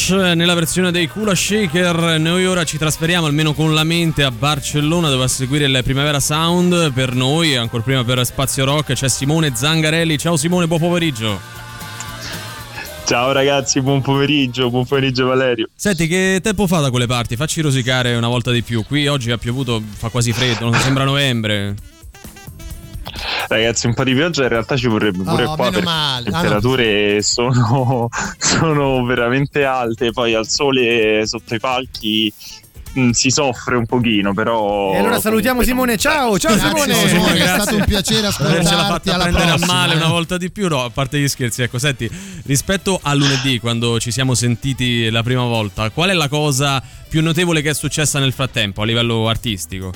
Speaker 3: Rush nella versione dei Kula Shaker. Noi ora ci trasferiamo almeno con la mente a Barcellona, dove a seguire il Primavera Sound. Per noi, ancora prima per Spazio Rock, c'è Simone Zangarelli. Ciao Simone, buon pomeriggio.
Speaker 16: Ciao ragazzi, buon pomeriggio, buon pomeriggio Valerio.
Speaker 3: Senti, che tempo fa da quelle parti? Facci rosicare una volta di più. Qui oggi ha piovuto, fa quasi freddo, non sembra novembre.
Speaker 16: Ragazzi, un po' di pioggia in realtà ci vorrebbe pure
Speaker 6: Oh,
Speaker 16: qua,
Speaker 6: meno
Speaker 16: perché
Speaker 6: male.
Speaker 16: le
Speaker 6: Ah,
Speaker 16: temperature sono, sono veramente alte, poi al sole sotto i palchi mh, si soffre un pochino, però...
Speaker 5: E allora salutiamo Simone, ciao, ciao
Speaker 6: Grazie,
Speaker 5: Simone.
Speaker 6: Simone, è stato un piacere ascoltarti.
Speaker 3: Avercela fatta
Speaker 6: alla
Speaker 3: prendere
Speaker 6: prossima,
Speaker 3: a male
Speaker 6: eh.
Speaker 3: una volta di più, no, a parte gli scherzi. Ecco, senti, rispetto a lunedì, quando ci siamo sentiti la prima volta, qual è la cosa più notevole che è successa nel frattempo a livello artistico?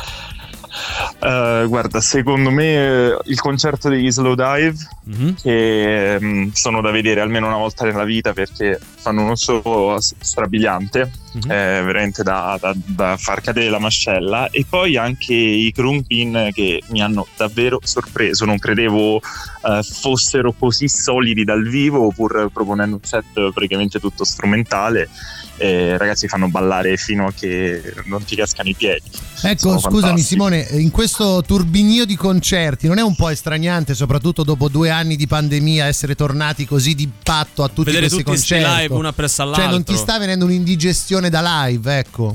Speaker 16: Uh, guarda, secondo me eh, il concerto degli Slowdive,
Speaker 3: mm-hmm.
Speaker 16: che mh, sono da vedere almeno una volta nella vita, perché fanno uno show strabiliante,
Speaker 3: mm-hmm.
Speaker 16: eh, veramente da, da, da far cadere la mascella. E poi anche i Krumpin, che mi hanno davvero sorpreso, non credevo uh, fossero così solidi dal vivo, pur proponendo un set praticamente tutto strumentale. Eh, ragazzi, fanno ballare fino a che non ti cascano i piedi.
Speaker 6: Ecco,
Speaker 16: Sono
Speaker 6: scusami
Speaker 16: fantastici.
Speaker 6: Simone, in questo turbinio di concerti non è un po' estraniante, soprattutto dopo due anni di pandemia, essere tornati così di patto a tutti
Speaker 3: Vedere
Speaker 6: questi
Speaker 3: tutti sti
Speaker 6: concerti?
Speaker 3: live uno appresso all'altro.
Speaker 6: Cioè non ti sta venendo un'indigestione da live, ecco?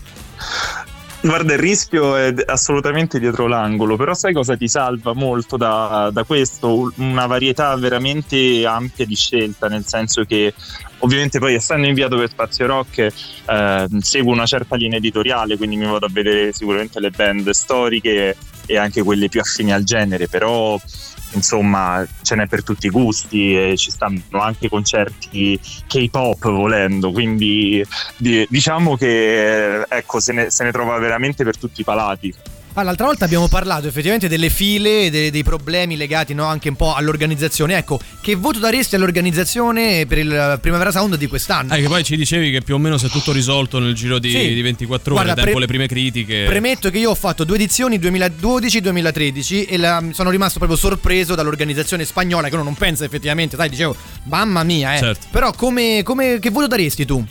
Speaker 16: Guarda, il rischio è assolutamente dietro l'angolo, però sai cosa ti salva molto da, da questo? Una varietà veramente ampia di scelta, nel senso che ovviamente poi, essendo inviato per Spazio Rock, eh, seguo una certa linea editoriale, quindi mi vado a vedere sicuramente le band storiche e anche quelle più affini al genere, però insomma ce n'è per tutti i gusti e ci stanno anche concerti K-pop volendo, quindi di, diciamo che ecco, se ne, se ne trova veramente per tutti i palati.
Speaker 5: Ah, l'altra volta abbiamo parlato effettivamente delle file, dei, dei problemi legati, no, anche un po' all'organizzazione. Ecco, che voto daresti all'organizzazione per il Primavera Sound di quest'anno?
Speaker 3: Eh, che poi ci dicevi che più o meno si è tutto risolto nel giro di,
Speaker 5: Sì.
Speaker 3: di ventiquattro ore,
Speaker 5: Guarda,
Speaker 3: tempo
Speaker 5: pre-
Speaker 3: le prime critiche.
Speaker 5: Premetto che io ho fatto due edizioni, duemiladodici duemilatredici, e la, sono rimasto proprio sorpreso dall'organizzazione spagnola, che uno non pensa effettivamente, sai, dicevo, mamma mia, eh.
Speaker 3: Certo.
Speaker 5: Però come, come, che voto daresti tu?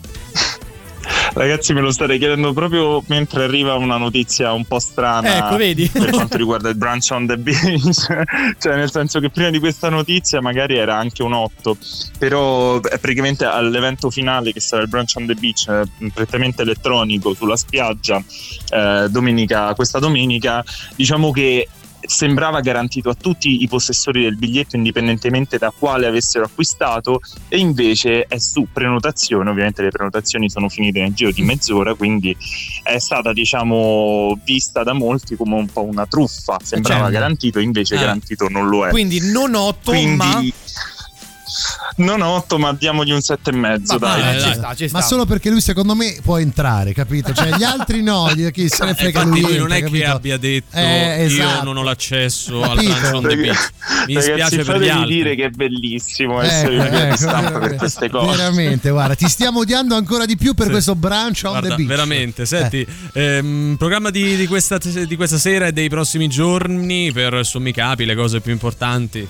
Speaker 16: Ragazzi, me lo state chiedendo proprio mentre arriva una notizia un po' strana,
Speaker 5: Ecco, vedi?
Speaker 16: per quanto riguarda il Brunch on the Beach. Cioè, nel senso che prima di questa notizia magari era anche un otto, però eh, praticamente all'evento finale, che sarà il Brunch on the Beach, eh, prettamente elettronico sulla spiaggia, eh, domenica, questa domenica, diciamo che sembrava garantito a tutti i possessori del biglietto, indipendentemente da quale avessero acquistato, e invece è su prenotazione. Ovviamente le prenotazioni sono finite nel giro di mezz'ora, quindi è stata, diciamo, vista da molti come un po' una truffa. Sembrava
Speaker 5: certo.
Speaker 16: garantito, invece
Speaker 5: Eh.
Speaker 16: garantito non lo è.
Speaker 5: Quindi non otto,
Speaker 16: Quindi
Speaker 5: ma...
Speaker 16: non otto, ma diamogli un sette e mezzo,
Speaker 5: Va
Speaker 16: dai.
Speaker 5: bene,
Speaker 3: Eh,
Speaker 5: ci
Speaker 3: dai.
Speaker 5: sta, ci
Speaker 6: Ma
Speaker 5: sta.
Speaker 6: solo perché lui secondo me può entrare, capito? Cioè gli altri no, gli- chi se ne frega
Speaker 3: Infatti
Speaker 6: lui.
Speaker 3: lui non
Speaker 6: entra,
Speaker 3: è che
Speaker 6: capito?
Speaker 3: abbia detto
Speaker 6: Eh,
Speaker 3: io
Speaker 6: esatto.
Speaker 3: non ho l'accesso al
Speaker 6: Capito?
Speaker 3: Brunch on the Beach. Mi
Speaker 16: Ragazzi,
Speaker 3: dispiace per gli
Speaker 16: fatemi
Speaker 3: altri.
Speaker 16: dire che è bellissimo essere
Speaker 6: Ecco,
Speaker 16: inviati
Speaker 6: ecco,
Speaker 16: stampa per
Speaker 6: veramente,
Speaker 16: queste cose.
Speaker 6: veramente, guarda, ti stiamo odiando ancora di più per
Speaker 3: Sì.
Speaker 6: questo brunch on
Speaker 3: Guarda,
Speaker 6: the beach.
Speaker 3: veramente, senti, ehm, programma di, di, questa, di questa sera e dei prossimi giorni per sommi capi, le cose più importanti.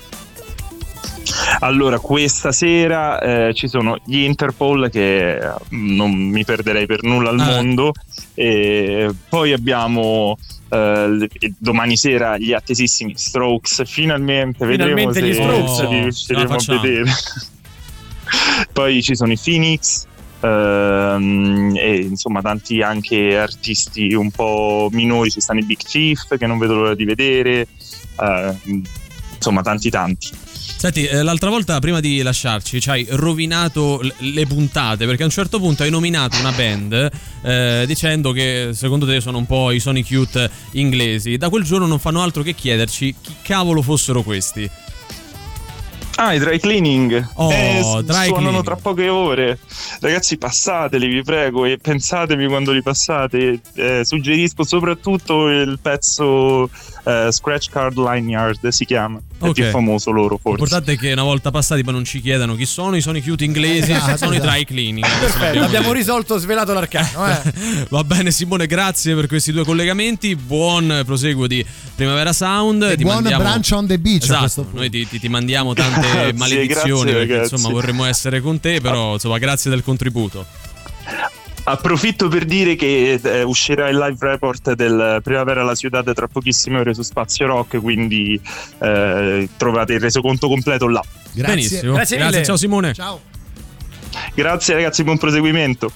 Speaker 16: Allora, questa sera eh, ci sono gli Interpol, che eh, non mi perderei per nulla al
Speaker 3: Ah.
Speaker 16: mondo, e poi abbiamo eh, domani sera gli attesissimi Strokes. Finalmente,
Speaker 5: Finalmente
Speaker 16: vedremo
Speaker 5: gli
Speaker 16: se,
Speaker 5: Strokes.
Speaker 16: se li
Speaker 3: Oh,
Speaker 16: riusciremo
Speaker 3: ce la
Speaker 16: a
Speaker 3: facciamo.
Speaker 16: vedere. Poi ci sono i Phoenix, ehm, e insomma tanti anche artisti un po' minori. Ci stanno i Big Thief, che non vedo l'ora di vedere, eh, insomma tanti tanti.
Speaker 3: Senti, eh, l'altra volta prima di lasciarci ci hai rovinato l- le puntate, perché a un certo punto hai nominato una band eh, dicendo che secondo te sono un po' i Sonic Youth inglesi. Da quel giorno non fanno altro che chiederci chi cavolo fossero questi.
Speaker 16: Ah, i Dry Cleaning.
Speaker 3: Oh,
Speaker 16: eh, s-
Speaker 3: Dry
Speaker 16: suonano
Speaker 3: Cleaning.
Speaker 16: tra poche ore. Ragazzi, passateli, vi prego, e pensatemi quando li passate. Eh, suggerisco soprattutto il pezzo eh, Scratch Card Line Yard, si chiama. è più famoso loro forse.
Speaker 3: L'importante è che una volta passati poi non ci chiedano chi sono i Sony Cute inglesi,
Speaker 5: Esatto,
Speaker 3: sono
Speaker 5: esatto.
Speaker 3: i dry cleaning.
Speaker 5: Perfetto, abbiamo risolto, svelato l'arcano. Eh.
Speaker 3: Va bene Simone, grazie per questi due collegamenti, buon proseguo di Primavera Sound.
Speaker 6: E
Speaker 3: ti
Speaker 6: buon
Speaker 3: mandiamo...
Speaker 6: brunch on the beach.
Speaker 3: Esatto,
Speaker 6: a questo punto.
Speaker 3: noi ti, ti, ti mandiamo tante
Speaker 16: Grazie,
Speaker 3: maledizioni
Speaker 16: grazie,
Speaker 3: perché
Speaker 16: ragazzi.
Speaker 3: insomma vorremmo essere con te, però insomma grazie del contributo.
Speaker 16: Approfitto per dire che eh, uscirà il live report del Primavera la Ciudad tra pochissime ore su Spazio Rock, quindi eh, trovate il resoconto completo là.
Speaker 6: Grazie.
Speaker 3: Benissimo.
Speaker 5: Grazie mille.
Speaker 3: Grazie, ciao Simone.
Speaker 6: Ciao.
Speaker 16: Grazie ragazzi, buon proseguimento.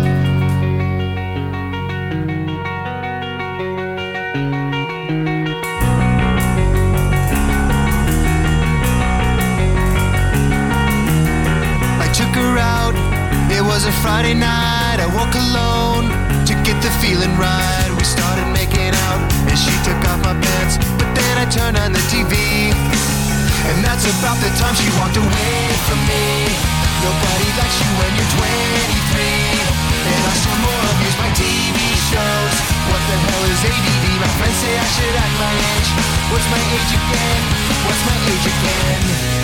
Speaker 8: I took her out, it was a Friday night. I woke alone to get the feeling right. We started making out and she took off my pants, but then I turned on the T V, and that's about the time she walked away from me. Nobody likes you when you're twenty-three, and I still more abuse my T V shows. What the hell is A D D? My friends say I should act my age. What's my age again? What's my age again?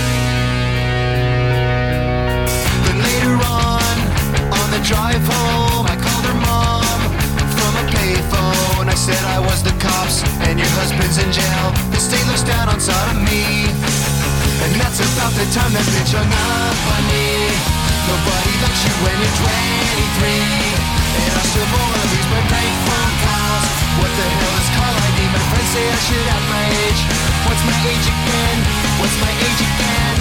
Speaker 8: Then later on, on the drive home, I called her mom from a payphone. I said I was the cops and your husband's in jail. The state looks down on sodomy, and that's about the time that bitch hung up on me. Nobody likes you when you're twenty-three, and I still wanna lose my bank phone calls. What the hell is call I D? My friends say I should have my age. What's my age again? What's my age again?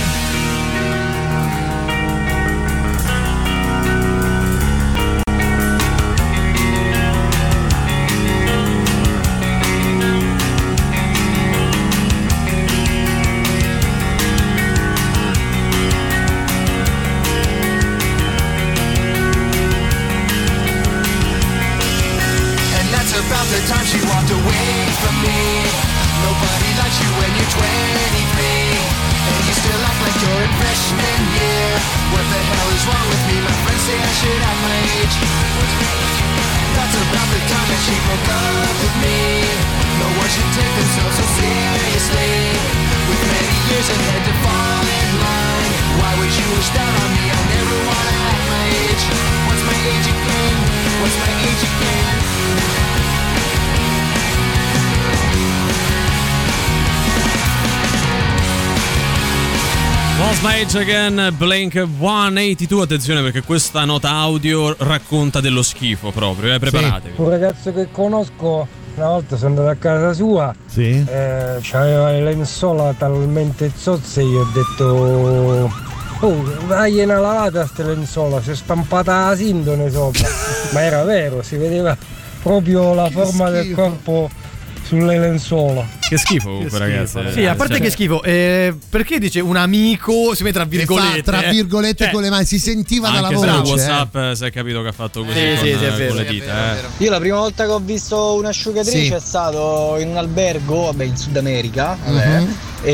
Speaker 8: About the time she walked away from me. Nobody likes you when you're twenty-three, and you still act like you're in freshman year. What the hell is wrong with me? My friends say I should act my age. That's about the time that she broke up with me. No one should take themselves so seriously, with many years ahead to fall in line. Why would you wish down on me? I never wanna act my age. What's my age again? What's my age again?
Speaker 3: What's My Age Again, Blink centottantadue. Attenzione perché questa nota audio racconta dello schifo proprio, eh, preparatevi.
Speaker 17: Un ragazzo che conosco, una volta sono andato a casa sua,
Speaker 6: sì.
Speaker 17: eh, c'aveva le lenzuola talmente zozze, io ho detto oh, vai una lavata ste lenzuola, si è stampata la sindone sopra. Ma era vero, si vedeva proprio la forma del corpo sulle lenzuola.
Speaker 3: Che schifo comunque, ragazzi.
Speaker 5: Sì, a parte
Speaker 3: cioè,
Speaker 5: che schifo, eh, perché dice un amico si mette tra virgolette?
Speaker 6: Fa, tra virgolette
Speaker 5: eh.
Speaker 6: con le mani, si sentiva dalla
Speaker 3: anche
Speaker 6: voce.
Speaker 3: su WhatsApp eh. si è capito che ha fatto così
Speaker 5: Eh,
Speaker 3: con,
Speaker 5: sì, sì, è
Speaker 3: con
Speaker 5: vero,
Speaker 3: le
Speaker 5: è
Speaker 3: dita.
Speaker 5: vero, è
Speaker 3: eh.
Speaker 5: vero.
Speaker 18: Io la prima volta che ho visto un'asciugatrice
Speaker 6: Sì.
Speaker 18: è stato in un albergo, vabbè, in Sud America, vabbè,
Speaker 6: Mhm.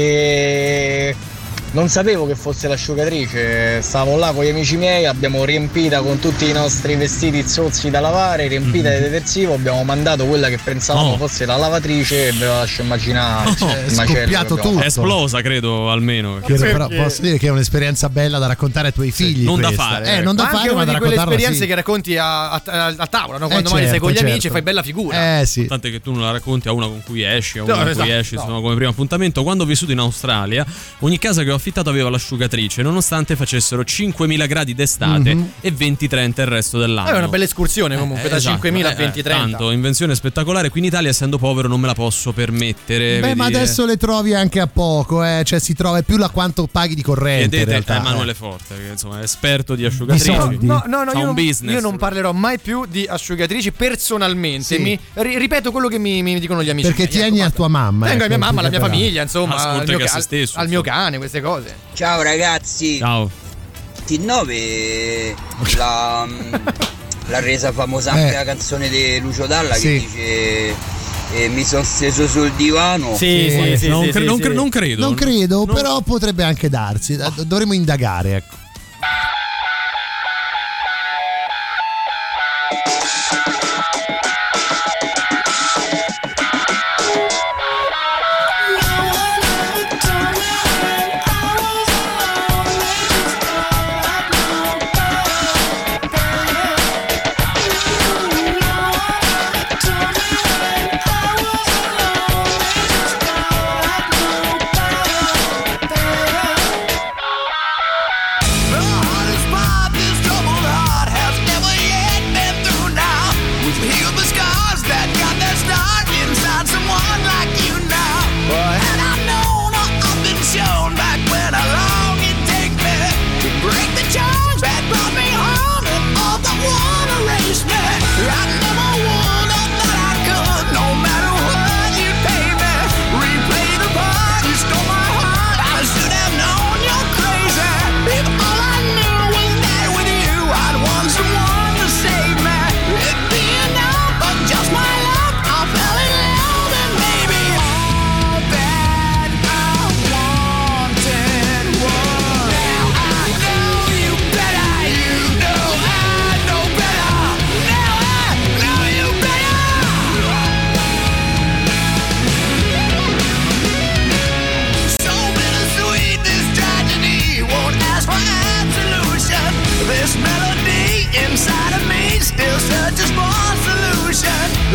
Speaker 18: e non sapevo che fosse l'asciugatrice, stavo là con gli amici miei, l'abbiamo riempita con tutti i nostri vestiti zozzi da lavare, riempita di detersivo, abbiamo mandato quella che pensavamo
Speaker 3: Oh.
Speaker 18: fosse la lavatrice e ve la lascio immaginare.
Speaker 3: Oh,
Speaker 18: cioè,
Speaker 6: è
Speaker 18: il macello che
Speaker 6: scoppiato
Speaker 18: abbiamo
Speaker 6: tutto.
Speaker 3: È esplosa, credo, almeno.
Speaker 6: Che però posso dire che è un'esperienza bella da raccontare ai tuoi figli.
Speaker 3: non da
Speaker 6: questa.
Speaker 3: fare,
Speaker 6: Eh,
Speaker 3: ecco.
Speaker 6: non da
Speaker 5: Ma anche
Speaker 6: fare, ma
Speaker 5: una
Speaker 6: da
Speaker 5: di quelle
Speaker 6: raccontarla.
Speaker 5: esperienze
Speaker 6: Sì.
Speaker 5: che racconti a, a, a tavola, no? Quando
Speaker 6: Eh,
Speaker 5: magari sei
Speaker 6: certo,
Speaker 5: con gli
Speaker 6: certo.
Speaker 5: amici e fai bella figura.
Speaker 6: Eh sì.
Speaker 3: Tant'è che tu non la racconti a una con cui esci, a una
Speaker 5: No,
Speaker 3: con
Speaker 5: esatto,
Speaker 3: cui esci
Speaker 5: no.
Speaker 3: insomma, come primo appuntamento. Quando ho vissuto in Australia, ogni casa che ho affittato aveva l'asciugatrice, nonostante facessero cinquemila gradi d'estate
Speaker 6: Mhm.
Speaker 3: e venti trenta il resto dell'anno.
Speaker 5: È una bella escursione comunque,
Speaker 3: Eh,
Speaker 5: da
Speaker 3: esatto.
Speaker 5: cinquemila a
Speaker 3: Eh,
Speaker 5: venti
Speaker 3: eh,
Speaker 5: trenta.
Speaker 3: Tanto, invenzione spettacolare. Qui in Italia, essendo povero, non me la posso permettere.
Speaker 6: Beh,
Speaker 3: vedi,
Speaker 6: ma adesso le trovi anche a poco, eh. Cioè si trova è più la quanto paghi di corrente. in
Speaker 3: Vedete,
Speaker 6: realtà,
Speaker 3: Emanuele
Speaker 6: eh.
Speaker 3: Forte, che insomma è esperto di asciugatrici.
Speaker 6: Di soldi.
Speaker 5: No, no, no,
Speaker 3: Fa
Speaker 5: io
Speaker 3: un
Speaker 5: non,
Speaker 3: business.
Speaker 5: io non parlerò mai più di asciugatrici personalmente.
Speaker 6: Sì.
Speaker 5: Mi, ri- ripeto quello che mi, mi dicono gli amici.
Speaker 6: Perché
Speaker 5: miei,
Speaker 6: tieni
Speaker 5: ecco,
Speaker 6: a tua mamma.
Speaker 5: Tengo a
Speaker 6: ecco,
Speaker 5: mia mamma, alla mia
Speaker 6: però.
Speaker 5: famiglia, insomma,
Speaker 3: Ascolta
Speaker 5: al mio,
Speaker 3: che a
Speaker 5: ca-
Speaker 3: se stesso,
Speaker 5: al mio
Speaker 3: insomma.
Speaker 5: cane, queste cose.
Speaker 19: Ciao ragazzi,
Speaker 3: Ciao.
Speaker 19: T nove la, l'ha resa famosa anche
Speaker 6: Eh.
Speaker 19: la canzone di Lucio Dalla
Speaker 6: Sì.
Speaker 19: che dice eh, mi sono steso sul divano.
Speaker 5: Sì, sì, sì,
Speaker 3: non,
Speaker 5: sì,
Speaker 3: cre-
Speaker 5: sì,
Speaker 3: non
Speaker 5: sì.
Speaker 3: cre- non credo.
Speaker 6: Non credo,
Speaker 3: Non-
Speaker 6: però potrebbe anche darsi. Do- Dovremmo indagare, ecco.
Speaker 8: No one ever told me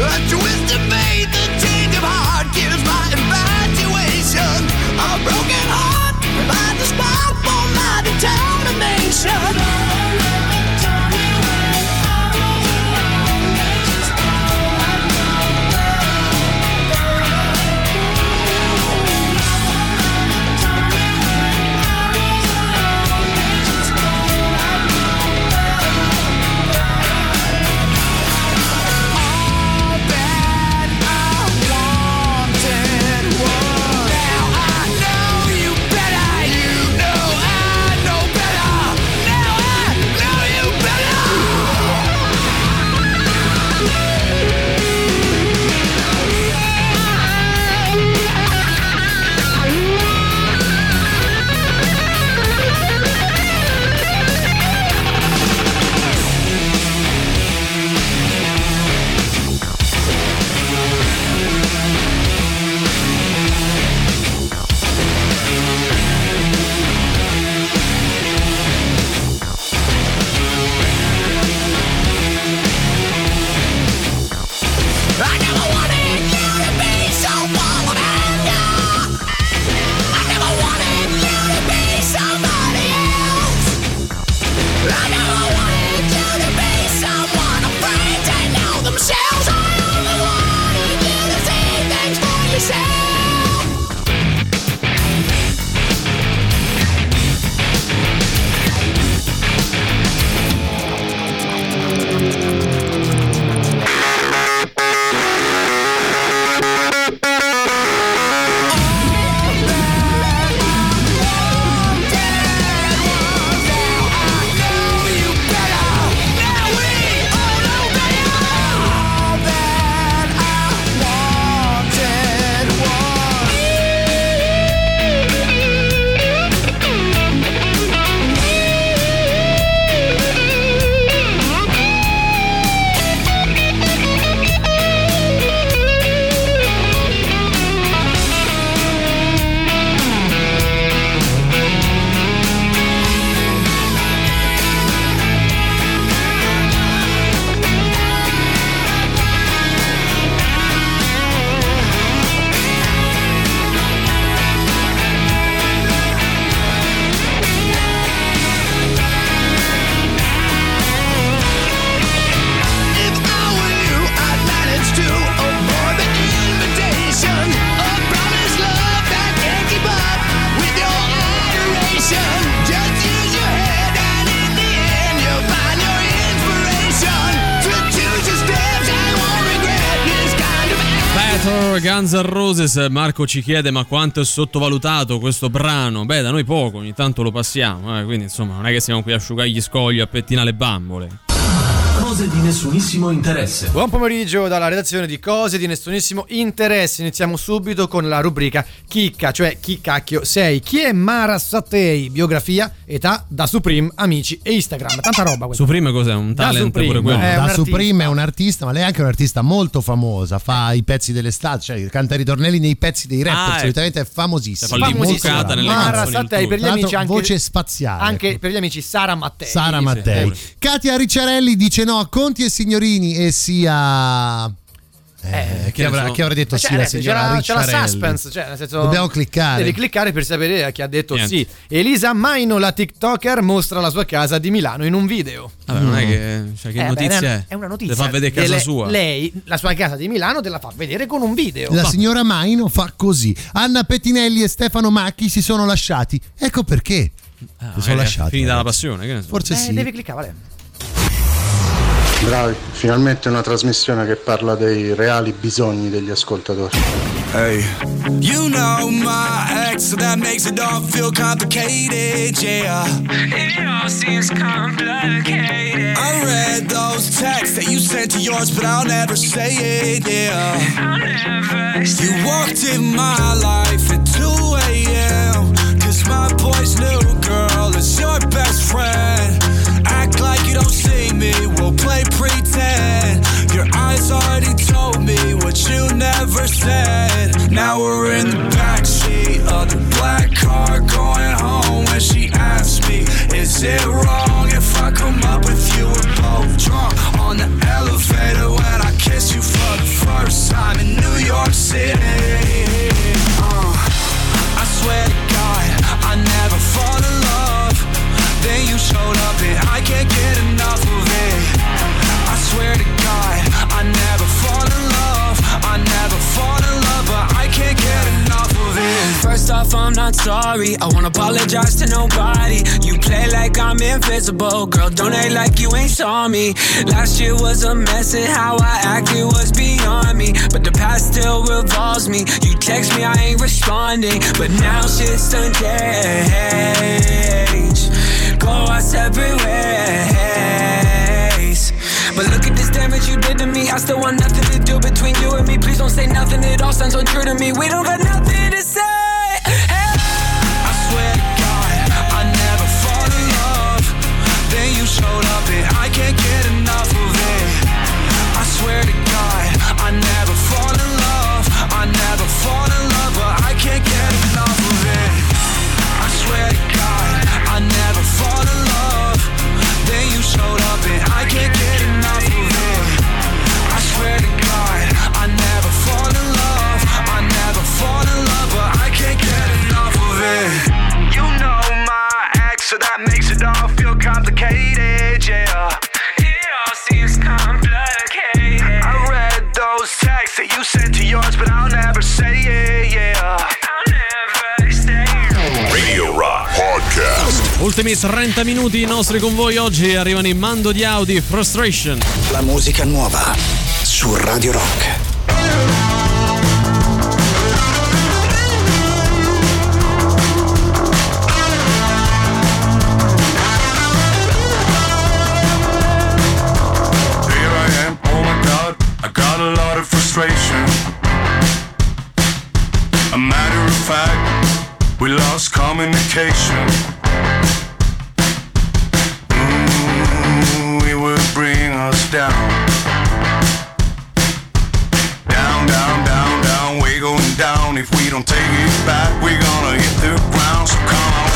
Speaker 8: A twisted faith, a change of heart gives my infatuation. A broken heart provides a spark for my determination.
Speaker 3: Guns N' Roses. Marco ci chiede ma quanto è sottovalutato questo brano. Beh, da noi poco, ogni tanto lo passiamo, eh, quindi insomma non è che siamo qui a asciugare gli scogli, a pettinare le bambole.
Speaker 20: Cose di nessunissimo interesse.
Speaker 5: Buon pomeriggio dalla redazione di Cose di nessunissimo interesse. Iniziamo subito con la rubrica Chicca, cioè chi cacchio sei. Chi è Mara Sattei? Biografia, età, da Supreme, amici e Instagram. Tanta roba questa.
Speaker 3: Supreme cos'è? Un
Speaker 5: Da
Speaker 3: talent
Speaker 5: Supreme,
Speaker 3: pure quello?
Speaker 5: eh. È
Speaker 6: Da
Speaker 5: un
Speaker 6: Supreme è un artista, ma lei è anche un'artista molto famosa. Fa i pezzi dell'estate, cioè canta ritornelli nei pezzi dei rapper.
Speaker 3: Ah,
Speaker 6: solitamente è famosissima.
Speaker 3: Fa l'imbucata nelle
Speaker 5: Mara
Speaker 3: canzoni.
Speaker 5: Sattei, per gli
Speaker 6: Tra
Speaker 5: amici
Speaker 6: l'altro,
Speaker 5: anche,
Speaker 6: voce spaziale.
Speaker 5: anche per gli amici Sara Mattei.
Speaker 6: Sara
Speaker 5: Sì,
Speaker 6: Mattei.
Speaker 5: sì.
Speaker 6: Katia Ricciarelli dice no a Conti e signorini e sia... Eh,
Speaker 5: Eh,
Speaker 6: chi, avrà,
Speaker 3: so.
Speaker 6: chi avrà detto
Speaker 5: Ma c'è,
Speaker 6: sì la
Speaker 5: c'è
Speaker 6: signora
Speaker 5: la, c'è la
Speaker 6: Ricciarelli?
Speaker 5: suspense, cioè nel senso
Speaker 6: Dobbiamo cliccare.
Speaker 5: Devi cliccare per sapere a chi ha detto
Speaker 3: Niente.
Speaker 5: sì. Elisa Maino, la TikToker, mostra la sua casa di Milano in un video.
Speaker 3: Vabbè, non è che, cioè, che
Speaker 5: Eh, beh,
Speaker 3: notizia
Speaker 5: è,
Speaker 3: è?
Speaker 5: una, è una notizia.
Speaker 3: Te fa vedere casa
Speaker 5: Dele-
Speaker 3: sua.
Speaker 5: Lei, la sua casa di Milano, te la fa vedere con un video.
Speaker 6: La
Speaker 5: Ma-
Speaker 6: signora Maino fa così. Anna Pettinelli e Stefano Macchi si sono lasciati. Ecco perché.
Speaker 3: Ah,
Speaker 6: si sono
Speaker 3: magari è
Speaker 6: lasciati.
Speaker 3: finita la
Speaker 6: ragazzi.
Speaker 3: passione, che ne so.
Speaker 6: Forse
Speaker 5: eh,
Speaker 6: sì.
Speaker 5: devi cliccare, vale.
Speaker 21: Bravi, finalmente una trasmissione che parla dei reali bisogni degli ascoltatori.
Speaker 8: Hey. You know my ex, so that makes it all feel complicated, yeah. It all seems complicated. I read those texts that you sent to yours, but I'll never say it, yeah. I'll never say you walked in my life at two a.m. Cause my boy's new girl is your best friend. Act like you don't see me, we'll play pretend. Your eyes already told me what you never said. Now we're in the backseat of the black car going home. When she asks me, is it wrong if I come up with you? We're both drunk on the elevator when I kiss you for the
Speaker 4: not sorry. I won't apologize to nobody. You play like I'm invisible, girl, don't act like you ain't saw me. Last year was a mess and how I acted was beyond me, but the past still revolves me. You text me, I ain't responding, but now shit's done changed. Go our separate ways. But look at this damage you did to me. I still want nothing to do between you and me. Please don't say nothing, it all sounds untrue to me. We don't got nothing to say. Hey. I swear to God, I never fall in love. Then you showed up and I can't get enough of it. I swear to God, I never fall in love. I never fall in love, but I can't get enough of it. I swear to God, I never fall in love. Then you showed up and I can't get enough of it. I swear to God, I never fall in love. I never fall in love, but I can't get enough of it. You know my ex, so that makes it all feel complicated, yeah. It all seems complicated. I read those texts that you sent to yours, but I'll never say it, yeah. I'll never say it.
Speaker 22: Radio Rock Podcast.
Speaker 3: Ultimi trenta minuti nostri con voi oggi, arrivano in mando di Audi Frustration.
Speaker 1: La musica nuova su Radio Rock.
Speaker 8: A lot of frustration. A matter of fact, we lost communication. Ooh, it would bring us down. Down, down, down, down, we're going down. If we don't take it back, we're gonna hit the ground, so come on.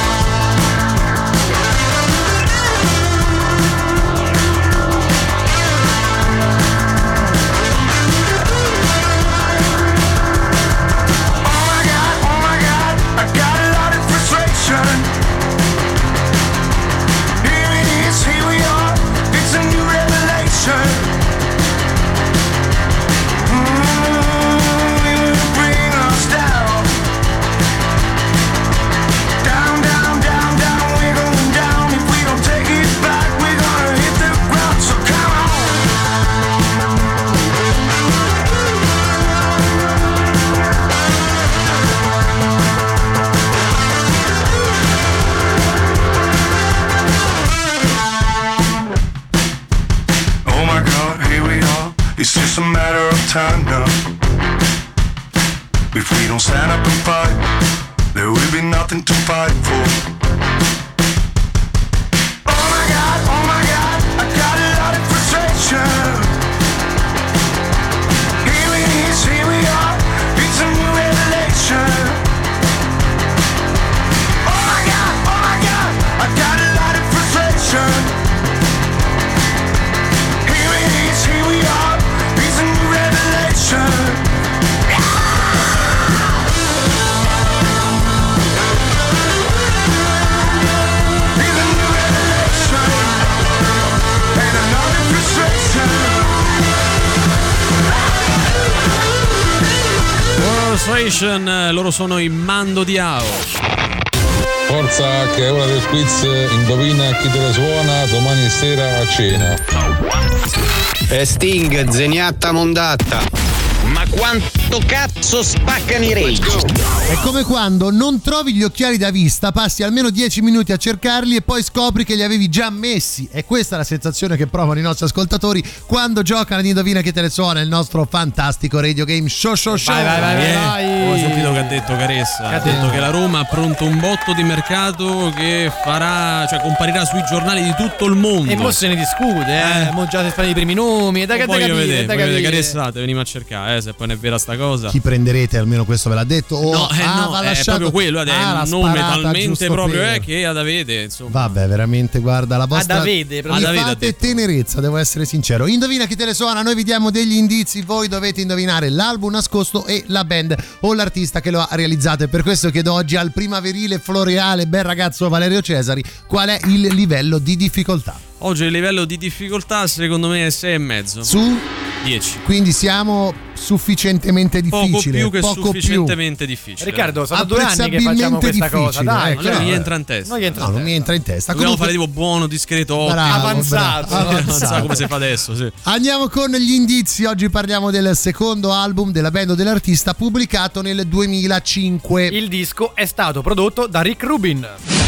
Speaker 8: Here it is, here we are, it's a new revelation. Ooh, it will bring us down. Down, down, down, down, we're going down. If we don't take it back, we're gonna hit the ground, so come on. Oh my God, here we are. It's just a matter of time now. If we don't stand up and fight, there will be nothing to fight for. Oh my God, oh my God, I got a lot of frustration. Here it is, here we are, it's a new revelation. Oh my God, oh my God, I got a lot of frustration. Here it is, here we are, it's a new revelation.
Speaker 3: Frustration, loro sono in mando di A O.
Speaker 23: Forza che è ora del quiz, indovina chi te lo suona domani sera a cena.
Speaker 24: E Sting, zeniatta mondatta. Ma quanto cazzo spaccano i Rage?
Speaker 6: È come quando non trovi gli occhiali da vista, passi almeno dieci minuti a cercarli e poi scopri che li avevi già messi. E questa è la sensazione che provano i nostri ascoltatori quando giocano ad Indovina chi te le suona, il nostro fantastico radio game show show show.
Speaker 3: Vai, vai, vai, vai, vai. Ho sentito che ha detto Caressa, ha detto che la Roma ha pronto un botto di mercato che farà, cioè comparirà sui giornali di tutto il mondo.
Speaker 5: E mo se ne discute, eh. eh. Mo già si fanno i primi nomi, è da, da
Speaker 3: voglio
Speaker 5: capire,
Speaker 3: vedere,
Speaker 5: da
Speaker 3: voglio vedere,
Speaker 5: capire.
Speaker 3: Caressate, veniamo a cercare, eh, se poi non è vera sta cosa.
Speaker 6: Chi prenderete, almeno questo ve l'ha detto? O
Speaker 3: no, eh,
Speaker 6: ah,
Speaker 3: no,
Speaker 6: va
Speaker 3: è
Speaker 6: lasciato...
Speaker 3: proprio quello, è
Speaker 6: ah,
Speaker 3: un nome
Speaker 6: sparata,
Speaker 3: talmente proprio
Speaker 6: per...
Speaker 3: eh, che ad avete, insomma.
Speaker 6: Vabbè, veramente, guarda, la vostra
Speaker 5: ad avete,
Speaker 6: mi fate tenerezza, devo essere sincero. Indovina chi te le suona, noi vi diamo degli indizi, voi dovete indovinare l'album nascosto e la band o l'artista che lo ha realizzato. E per questo chiedo oggi al primaverile floreale bel ragazzo Valerio Cesari qual è il livello di difficoltà.
Speaker 3: Oggi il livello di difficoltà secondo me è sei e mezzo.
Speaker 6: Su?
Speaker 3: dieci.
Speaker 6: Quindi siamo sufficientemente difficili.
Speaker 3: Poco più che
Speaker 6: poco
Speaker 3: sufficientemente
Speaker 6: più.
Speaker 3: difficile.
Speaker 5: Riccardo, sono due anni che facciamo questa cosa, dai.
Speaker 3: Non
Speaker 5: cioè,
Speaker 3: mi entra in testa.
Speaker 5: non gli entra
Speaker 6: No,
Speaker 5: in
Speaker 6: non mi entra in testa.
Speaker 3: Dobbiamo
Speaker 6: Comunque-
Speaker 3: fare tipo buono, discreto, ottimo.
Speaker 6: Bravo,
Speaker 5: avanzato.
Speaker 6: bravo,
Speaker 3: Non so
Speaker 6: avanzato.
Speaker 3: come si fa adesso, sì.
Speaker 6: Andiamo con gli indizi. Oggi parliamo del secondo album della band o dell'artista pubblicato nel duemilacinque.
Speaker 5: Il disco è stato prodotto da Rick Rubin.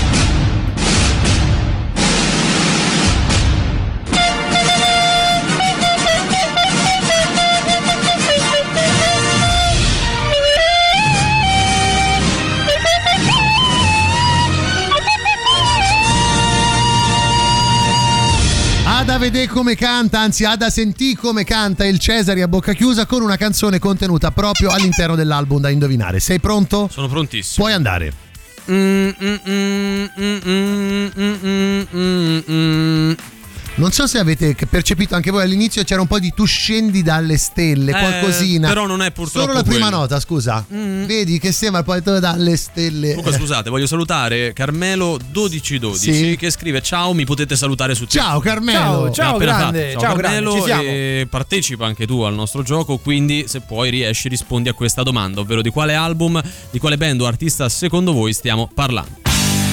Speaker 6: Ada vedè come canta, anzi Ada sentì come canta il Cesari a bocca chiusa con una canzone contenuta proprio all'interno dell'album da indovinare. Sei pronto?
Speaker 3: Sono prontissimo.
Speaker 6: Puoi andare.
Speaker 3: Mm, mm, mm, mm, mm, mm, mm, mm, mm.
Speaker 6: Non so se avete percepito anche voi all'inizio, c'era un po' di tu scendi dalle stelle,
Speaker 3: Eh,
Speaker 6: qualcosina.
Speaker 3: però non è purtroppo
Speaker 6: Solo la prima
Speaker 3: quello.
Speaker 6: nota, scusa. Vedi che sembra poi tu dalle stelle.
Speaker 3: Comunque scusate, voglio salutare Carmelo dodici dodici
Speaker 6: Sì.
Speaker 3: che scrive: ciao, mi potete salutare su Twitter.
Speaker 6: Ciao, Carmelo.
Speaker 5: Ciao, ciao,
Speaker 3: L'ha appena
Speaker 5: grande,
Speaker 3: fatto.
Speaker 5: ciao,
Speaker 3: Carmelo,
Speaker 5: grande, ci siamo.
Speaker 3: e partecipa anche tu al nostro gioco, quindi se poi riesci rispondi a questa domanda, ovvero di quale album, di quale band o artista secondo voi stiamo parlando.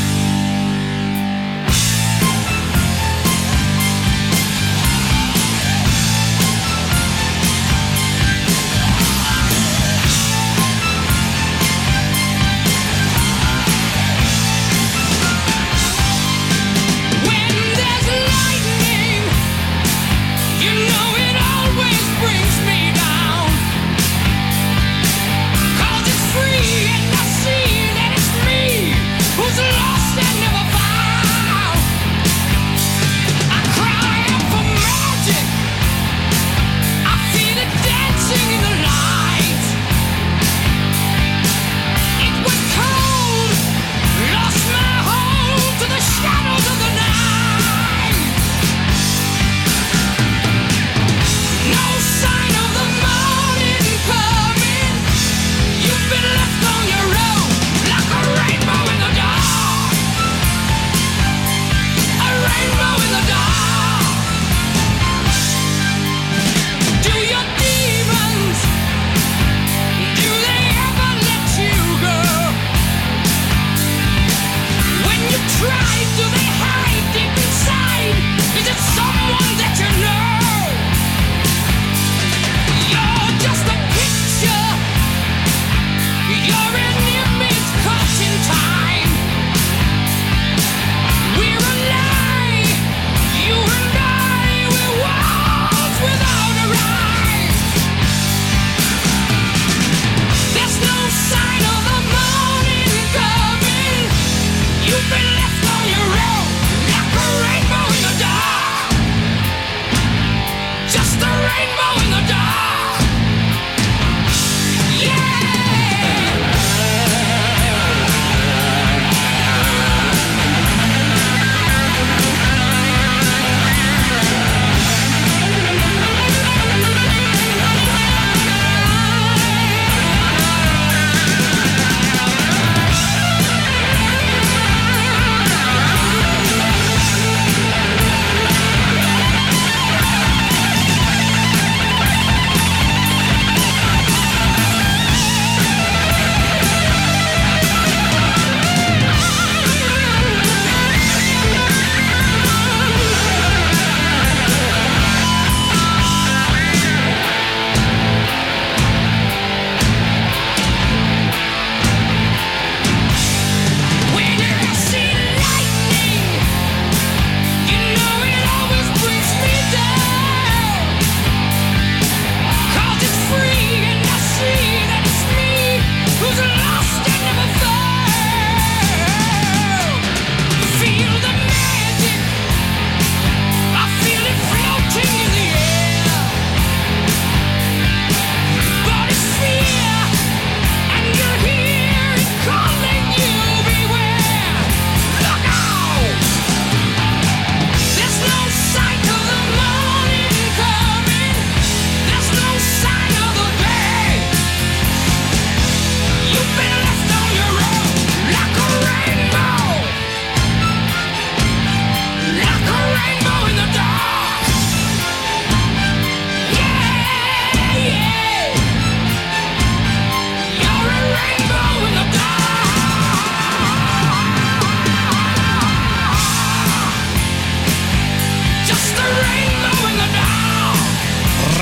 Speaker 4: When there's lightning, you know it always brings me down. 'Cause it's free and I see that it's me who's lost and never found. I cry out for magic, I feel it dancing in the light. It was cold, lost my hold to the shadows of the night. No sign of the morning coming. You've been left on your own, like a rainbow in the dark. A rainbow in the dark. Do your demons, do they ever let you go? When you try, do they hide deep inside? Is it someone that you know? You're just a picture, you're an image caught in time. We're a lie, you and I, we're walls without a rise. There's no sign of the morning coming. You've been left on your own, like a rainbow in the dark. Just a rainbow in the dark. Yeah.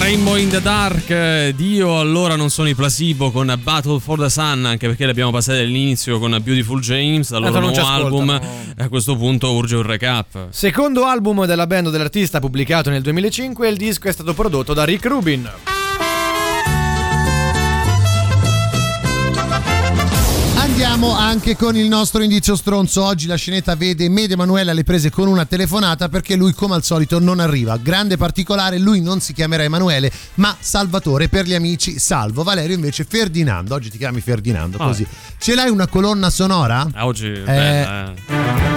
Speaker 3: Rainbow in the Dark, Dio allora non sono i Placebo con Battle for the Sun, anche perché li abbiamo passati all'inizio con Beautiful James, dal loro nuovo album. A questo punto urge un recap.
Speaker 5: Secondo album della band dell'artista pubblicato nel duemilacinque, il disco è stato prodotto da Rick Rubin.
Speaker 6: Andiamo anche con il nostro indizio stronzo. Oggi la scenetta vede Mede Emanuele alle prese con una telefonata perché lui come al solito non arriva. Grande particolare, lui non si chiamerà Emanuele ma Salvatore, per gli amici Salvo. Valerio invece Ferdinando. Oggi ti chiami Ferdinando, così. Oh. Ce l'hai una colonna sonora?
Speaker 3: Ah, oggi
Speaker 6: eh...
Speaker 3: bella, eh.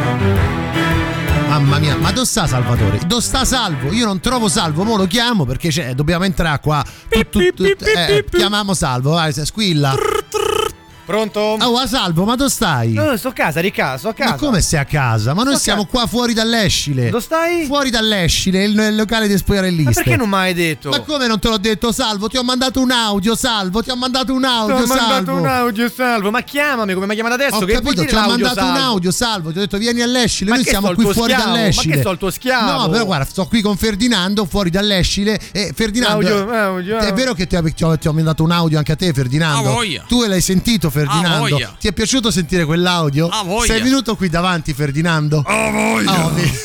Speaker 6: Mamma mia, ma dove sta Salvatore? Dove sta Salvo? Io non trovo Salvo, mo lo chiamo perché c'è, dobbiamo entrare qua. Tut, tut, tut, eh, chiamiamo Salvo, vai, squilla.
Speaker 5: Pronto?
Speaker 6: Oh, Salvo, ma dove stai?
Speaker 5: No, sto a casa, Ricca, sto a casa.
Speaker 6: Ma come sei a casa? Ma noi
Speaker 5: sto
Speaker 6: siamo qua fuori dall'Escile.
Speaker 5: Dove stai?
Speaker 6: Fuori dall'Escile, il, il locale di spogliarelliste.
Speaker 5: Ma perché non mi hai detto?
Speaker 6: Ma come non te l'ho detto, Salvo? Ti ho mandato un audio, Salvo. Ti ho mandato un audio,
Speaker 5: Ti ho
Speaker 6: Salvo.
Speaker 5: mandato un audio, Salvo. Ma chiamami come mi hai chiamato adesso.
Speaker 6: Ho
Speaker 5: che
Speaker 6: capito, ti ho mandato
Speaker 5: Salvo?
Speaker 6: un audio, Salvo. Ti ho detto vieni all'Escile.
Speaker 5: Ma
Speaker 6: noi
Speaker 5: che
Speaker 6: siamo
Speaker 5: sto
Speaker 6: qui
Speaker 5: il tuo
Speaker 6: fuori
Speaker 5: schiavo?
Speaker 6: dall'Escile.
Speaker 5: Ma che sto il tuo schiavo?
Speaker 6: No, però guarda, sto qui con Ferdinando fuori dall'Escile. E Ferdinando,
Speaker 5: audio, audio.
Speaker 6: è vero che ti ho, ti, ho, ti ho mandato un audio anche a te, Ferdinando?
Speaker 3: Ah, voglia.
Speaker 6: Tu l'hai sentito, Ferdinando?
Speaker 3: Ah, voglia.
Speaker 6: Ti è piaciuto sentire quell'audio?
Speaker 3: Ah, voglia.
Speaker 6: Sei venuto qui davanti, Ferdinando?
Speaker 3: Ah, voglia.
Speaker 6: Oh, mi...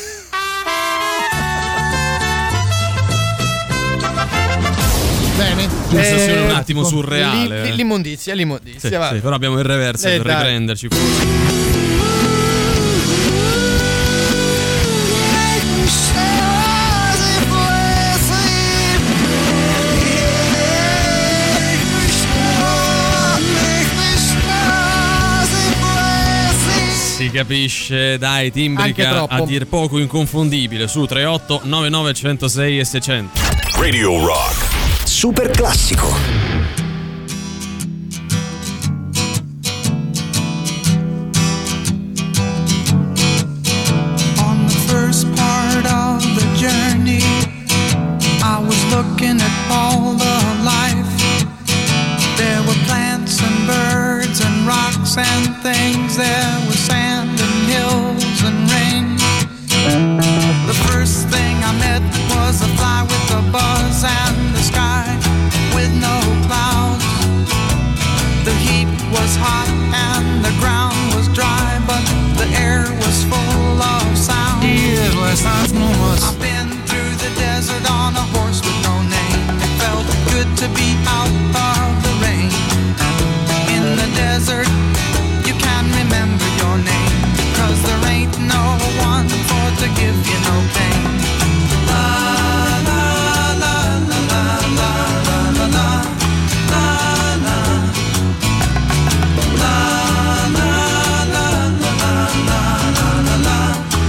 Speaker 6: Bene,
Speaker 3: giusto,
Speaker 5: eh,
Speaker 3: un attimo surreale.
Speaker 5: L- l'immondizia, l'immondizia.
Speaker 3: Sì,
Speaker 5: va.
Speaker 3: sì, però abbiamo il reverse
Speaker 5: Eh,
Speaker 3: per
Speaker 5: dai.
Speaker 3: riprenderci. Si capisce, dai, timbrica a dir poco inconfondibile su tre otto nove nove uno zero sei e seicento.
Speaker 22: Radio Rock.
Speaker 1: Super classico.
Speaker 8: On the first part of the journey, I was looking at all the life. There were plants and birds and rocks and things. There was sand and hills and rain. The first thing I met was a fly with a buzz and the sky with no clouds. The heat was hot and the ground was dry, but the air was full of sound. I've been through the desert on a horse with no name. It felt good to be out of the rain. In the desert, you can remember your name, 'cause there ain't no one for to give you no pain. La la la la la la la la la la la la la la.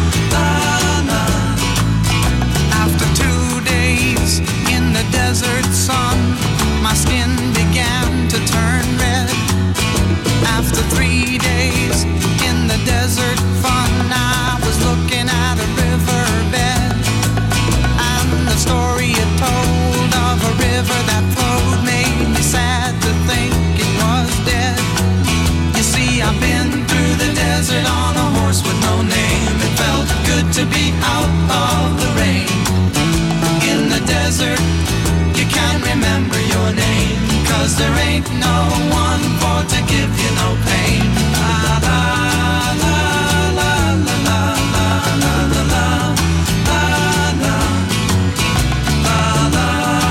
Speaker 8: After two days in the desert sun, my skin began to turn red. After three days in the desert fun, I was looking at a riverbed, and the story it told of a river that flowed made me sad to think it was dead. You see, I've been through the desert on a horse with no name. It felt good to be out of the rain. In the desert, you can't remember your name, 'cause there ain't no one for to give you no pain. La la la la la la la la la la la la la la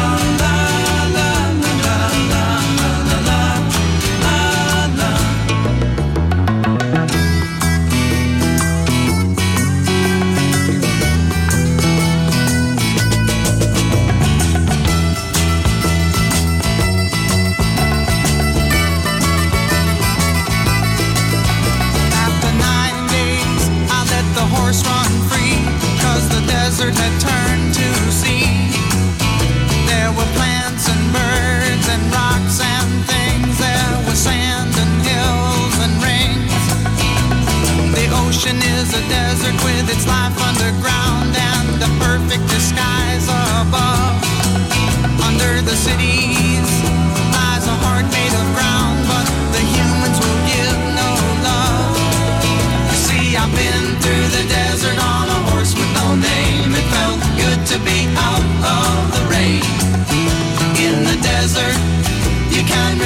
Speaker 8: After nine days, I let the horse run free, 'cause the desert had turned to sea. There were plants and birds and rocks and things. There was sand and hills and rings. The ocean is a desert with its life underground and the perfect disguise above. Under the cities lies a heart made of ground, but the humans will give no love. You see, I've been through the desert on a horse with no name. It felt good to be out of the rain.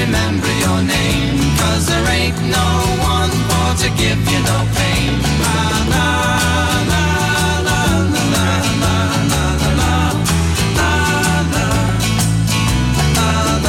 Speaker 4: remember your name, 'cause there ain't no one for to give you no pain. La la la la la la la la la la la la la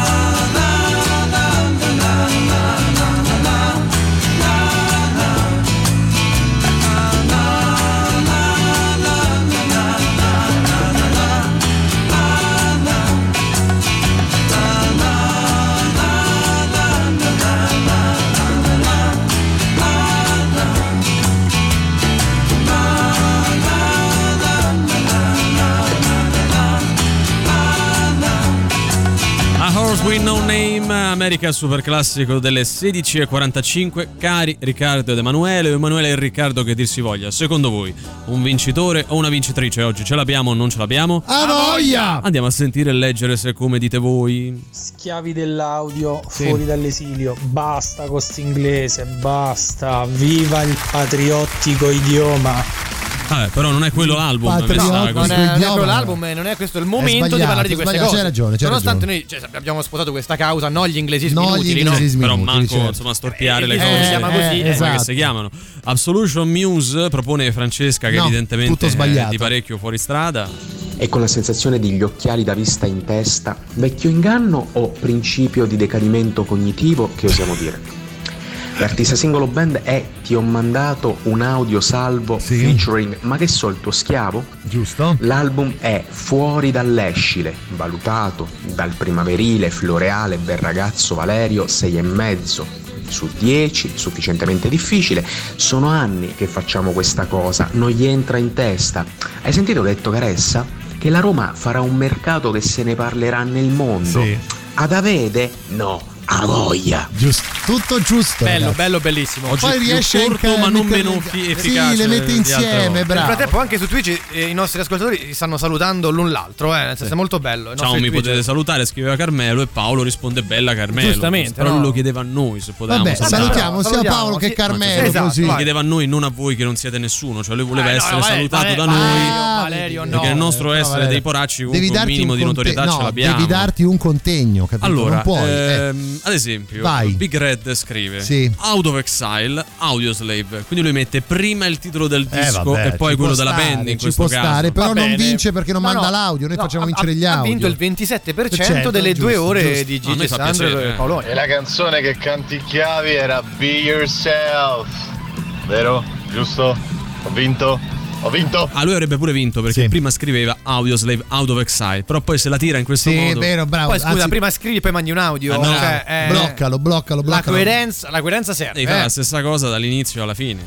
Speaker 3: With No Name, America, super classico delle sedici e quarantacinque. Cari Riccardo ed Emanuele, o Emanuele e Riccardo che dir si voglia, secondo voi un vincitore o una vincitrice oggi? Ce l'abbiamo o non ce l'abbiamo?
Speaker 6: A voglia!
Speaker 3: Andiamo a sentire e leggere se come dite voi.
Speaker 2: Schiavi dell'audio,
Speaker 3: Sì.
Speaker 2: fuori dall'esilio, basta con st'inglese, basta, viva il patriottico idioma.
Speaker 3: Vabbè, però non è quello l'album.
Speaker 5: No,
Speaker 3: mi sa,
Speaker 5: non è,
Speaker 3: così.
Speaker 5: non è quello l'album e non è questo il momento di
Speaker 6: sbagliato,
Speaker 5: parlare di
Speaker 6: è
Speaker 5: queste
Speaker 6: sbagliato,
Speaker 5: cose.
Speaker 6: c'hai ragione, c'hai
Speaker 5: Nonostante
Speaker 6: ragione.
Speaker 5: noi cioè, abbiamo sposato questa causa, non gli inglesismi
Speaker 6: No, gli
Speaker 5: inutili,
Speaker 6: inglesismi
Speaker 5: no?
Speaker 3: Però
Speaker 6: inutili,
Speaker 3: manco
Speaker 6: certo.
Speaker 3: insomma storpiare le
Speaker 5: Eh,
Speaker 3: cose
Speaker 5: si chiama così,
Speaker 3: come
Speaker 5: esatto.
Speaker 3: che si chiamano. Absolution Muse propone Francesca che
Speaker 6: No,
Speaker 3: evidentemente
Speaker 6: tutto
Speaker 3: è
Speaker 6: sbagliato.
Speaker 3: di parecchio fuori strada.
Speaker 7: E con la sensazione degli occhiali da vista in testa, vecchio inganno o principio di decadimento cognitivo, che osiamo dire? L'artista singolo band è Ti ho mandato un audio salvo featuring Ma che so il tuo schiavo?
Speaker 6: Giusto.
Speaker 7: L'album è Fuori dall'escile, valutato dal primaverile floreale bel ragazzo Valerio sei e mezzo su dieci, sufficientemente difficile. Sono anni che facciamo questa cosa, non gli entra in testa. Hai sentito che ha detto Caressa? Che la Roma farà un mercato che se ne parlerà nel mondo.
Speaker 6: Sì.
Speaker 7: Ad Avede? No, a voglia.
Speaker 6: Giusto, tutto giusto.
Speaker 5: Bello,
Speaker 6: ragazzi.
Speaker 5: bello, bellissimo.
Speaker 3: Oggi
Speaker 6: Poi
Speaker 3: è più
Speaker 6: riesce
Speaker 3: corto
Speaker 6: anche a
Speaker 3: ma non
Speaker 6: metterle-
Speaker 3: meno fi-
Speaker 6: Sì,
Speaker 3: efficace.
Speaker 6: le mette
Speaker 3: di altre
Speaker 6: insieme,
Speaker 3: volte.
Speaker 6: bravo.
Speaker 5: Nel frattempo anche su Twitch eh, i nostri ascoltatori si stanno salutando l'un l'altro, eh, nel senso è molto bello. I
Speaker 3: Ciao,
Speaker 5: nostri
Speaker 3: mi
Speaker 5: Twitch-
Speaker 3: potete salutare, scriveva Carmelo e Paolo risponde bella Carmelo.
Speaker 5: Giustamente,
Speaker 3: Però
Speaker 5: no?
Speaker 3: lo chiedeva a noi se potevamo
Speaker 6: Vabbè,
Speaker 3: salutare.
Speaker 6: salutiamo sia
Speaker 5: salutiamo,
Speaker 6: Paolo che
Speaker 5: sì.
Speaker 6: Carmelo,
Speaker 5: Esatto,
Speaker 6: così.
Speaker 3: Lo chiedeva a noi, non a voi che non siete nessuno, cioè lui voleva
Speaker 5: Eh, no,
Speaker 3: essere
Speaker 5: no, Valerio,
Speaker 3: salutato da
Speaker 5: Valerio,
Speaker 3: noi.
Speaker 5: Valerio, no.
Speaker 3: Perché il nostro
Speaker 6: no,
Speaker 3: essere
Speaker 6: Valerio.
Speaker 3: dei poracci
Speaker 6: Devi
Speaker 3: comunque un
Speaker 6: darti
Speaker 3: minimo
Speaker 6: un
Speaker 3: di
Speaker 6: conte-
Speaker 3: notorietà
Speaker 6: no,
Speaker 3: ce l'abbiamo.
Speaker 6: Devi darti un contegno, capito?
Speaker 3: Allora,
Speaker 6: non puoi. eh.
Speaker 3: ehm, ad esempio,
Speaker 6: Vai.
Speaker 3: Big Red scrive
Speaker 6: Sì.
Speaker 3: Out of Exile, Audioslave. Quindi lui mette prima il titolo del
Speaker 6: Eh,
Speaker 3: disco
Speaker 6: vabbè,
Speaker 3: e poi
Speaker 6: ci
Speaker 3: quello
Speaker 6: può
Speaker 3: della
Speaker 6: stare,
Speaker 3: band in
Speaker 6: ci
Speaker 3: questo
Speaker 6: può
Speaker 3: caso.
Speaker 6: stare, però
Speaker 5: Va
Speaker 6: non
Speaker 5: bene.
Speaker 6: vince perché non
Speaker 5: No,
Speaker 6: manda
Speaker 5: no,
Speaker 6: l'audio, noi
Speaker 5: no,
Speaker 6: facciamo
Speaker 5: ha-
Speaker 6: vincere gli
Speaker 5: ha
Speaker 6: audio.
Speaker 5: vinto il ventisette per cento
Speaker 6: Certo,
Speaker 5: delle
Speaker 6: giusto,
Speaker 5: due ore
Speaker 6: giusto.
Speaker 5: di
Speaker 3: No, a
Speaker 5: Gigi
Speaker 3: noi fa
Speaker 5: Sandro
Speaker 3: piacere,
Speaker 5: e
Speaker 3: eh.
Speaker 5: Paoloni.
Speaker 9: E la canzone che canticchiavi era Be Yourself, vero? Giusto? Ho vinto? Ho vinto?
Speaker 3: Ah, lui avrebbe pure vinto perché
Speaker 6: Sì.
Speaker 3: prima scriveva Audioslave Out of Exile, però poi se la tira in questo
Speaker 6: Sì,
Speaker 3: modo.
Speaker 6: è vero, bravo.
Speaker 5: Poi scusa,
Speaker 6: Anzi,
Speaker 5: prima scrivi poi mandi un audio.
Speaker 3: Ah, no.
Speaker 5: cioè, eh,
Speaker 6: bloccalo, bloccalo,
Speaker 5: La
Speaker 6: bloccalo.
Speaker 5: coerenza, la coerenza serve.
Speaker 3: Devi fare
Speaker 5: eh.
Speaker 3: la stessa cosa dall'inizio alla fine.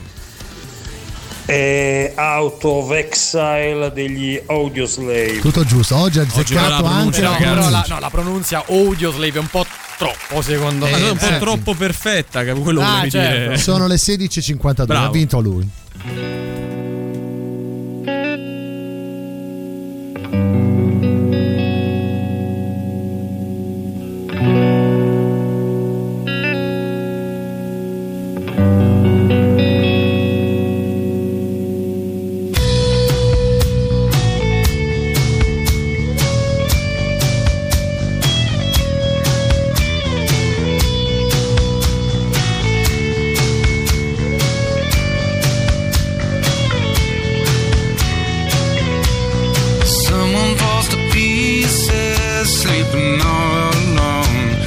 Speaker 10: È Out of Exile degli Audioslave.
Speaker 6: Tutto giusto. Oggi ha
Speaker 3: Oggi
Speaker 6: azzeccato
Speaker 3: la pronuncia,
Speaker 6: anche
Speaker 5: Però,
Speaker 6: la
Speaker 3: ragazzi.
Speaker 5: però la,
Speaker 6: pronuncia.
Speaker 5: no, la pronuncia Audioslave è un po' troppo secondo
Speaker 3: Ma
Speaker 5: me.
Speaker 3: è un po'
Speaker 5: Eh.
Speaker 3: troppo perfetta, che quello
Speaker 5: Ah,
Speaker 3: volevi
Speaker 5: certo.
Speaker 3: dire.
Speaker 6: Sono le sedici e cinquantadue,
Speaker 3: Bravo.
Speaker 6: ha vinto lui.
Speaker 4: Someone falls to pieces, sleeping all alone.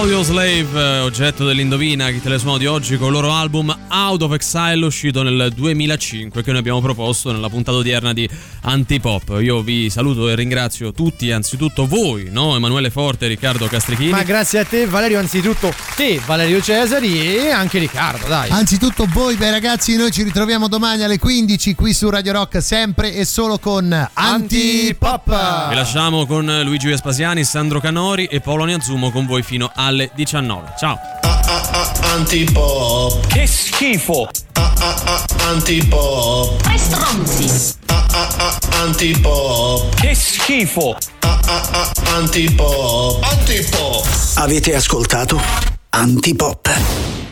Speaker 3: Audioslave, oggetto dell'indovina chi te le suono di oggi con il loro album Out of Exile, uscito nel duemilacinque, che noi abbiamo proposto nella puntata odierna di Antipop. Io vi saluto e ringrazio tutti, anzitutto voi, no? Emanuele Forte e Riccardo Castrichini.
Speaker 5: Ma grazie a te Valerio, anzitutto te Valerio Cesari e anche Riccardo, dai.
Speaker 6: Anzitutto voi bei ragazzi, noi ci ritroviamo domani alle quindici qui su Radio Rock, sempre e solo con Antipop.
Speaker 3: Vi lasciamo con Luigi Vespasiani, Sandro Canori e Paolo Niazzumo con voi fino alle diciannove. Ciao.
Speaker 8: Antipop.
Speaker 10: Che schifo.
Speaker 8: Antipop.
Speaker 10: Tre stronzi.
Speaker 8: Antipop.
Speaker 10: Che schifo.
Speaker 8: Antipop. Antipop.
Speaker 1: Avete ascoltato Antipop.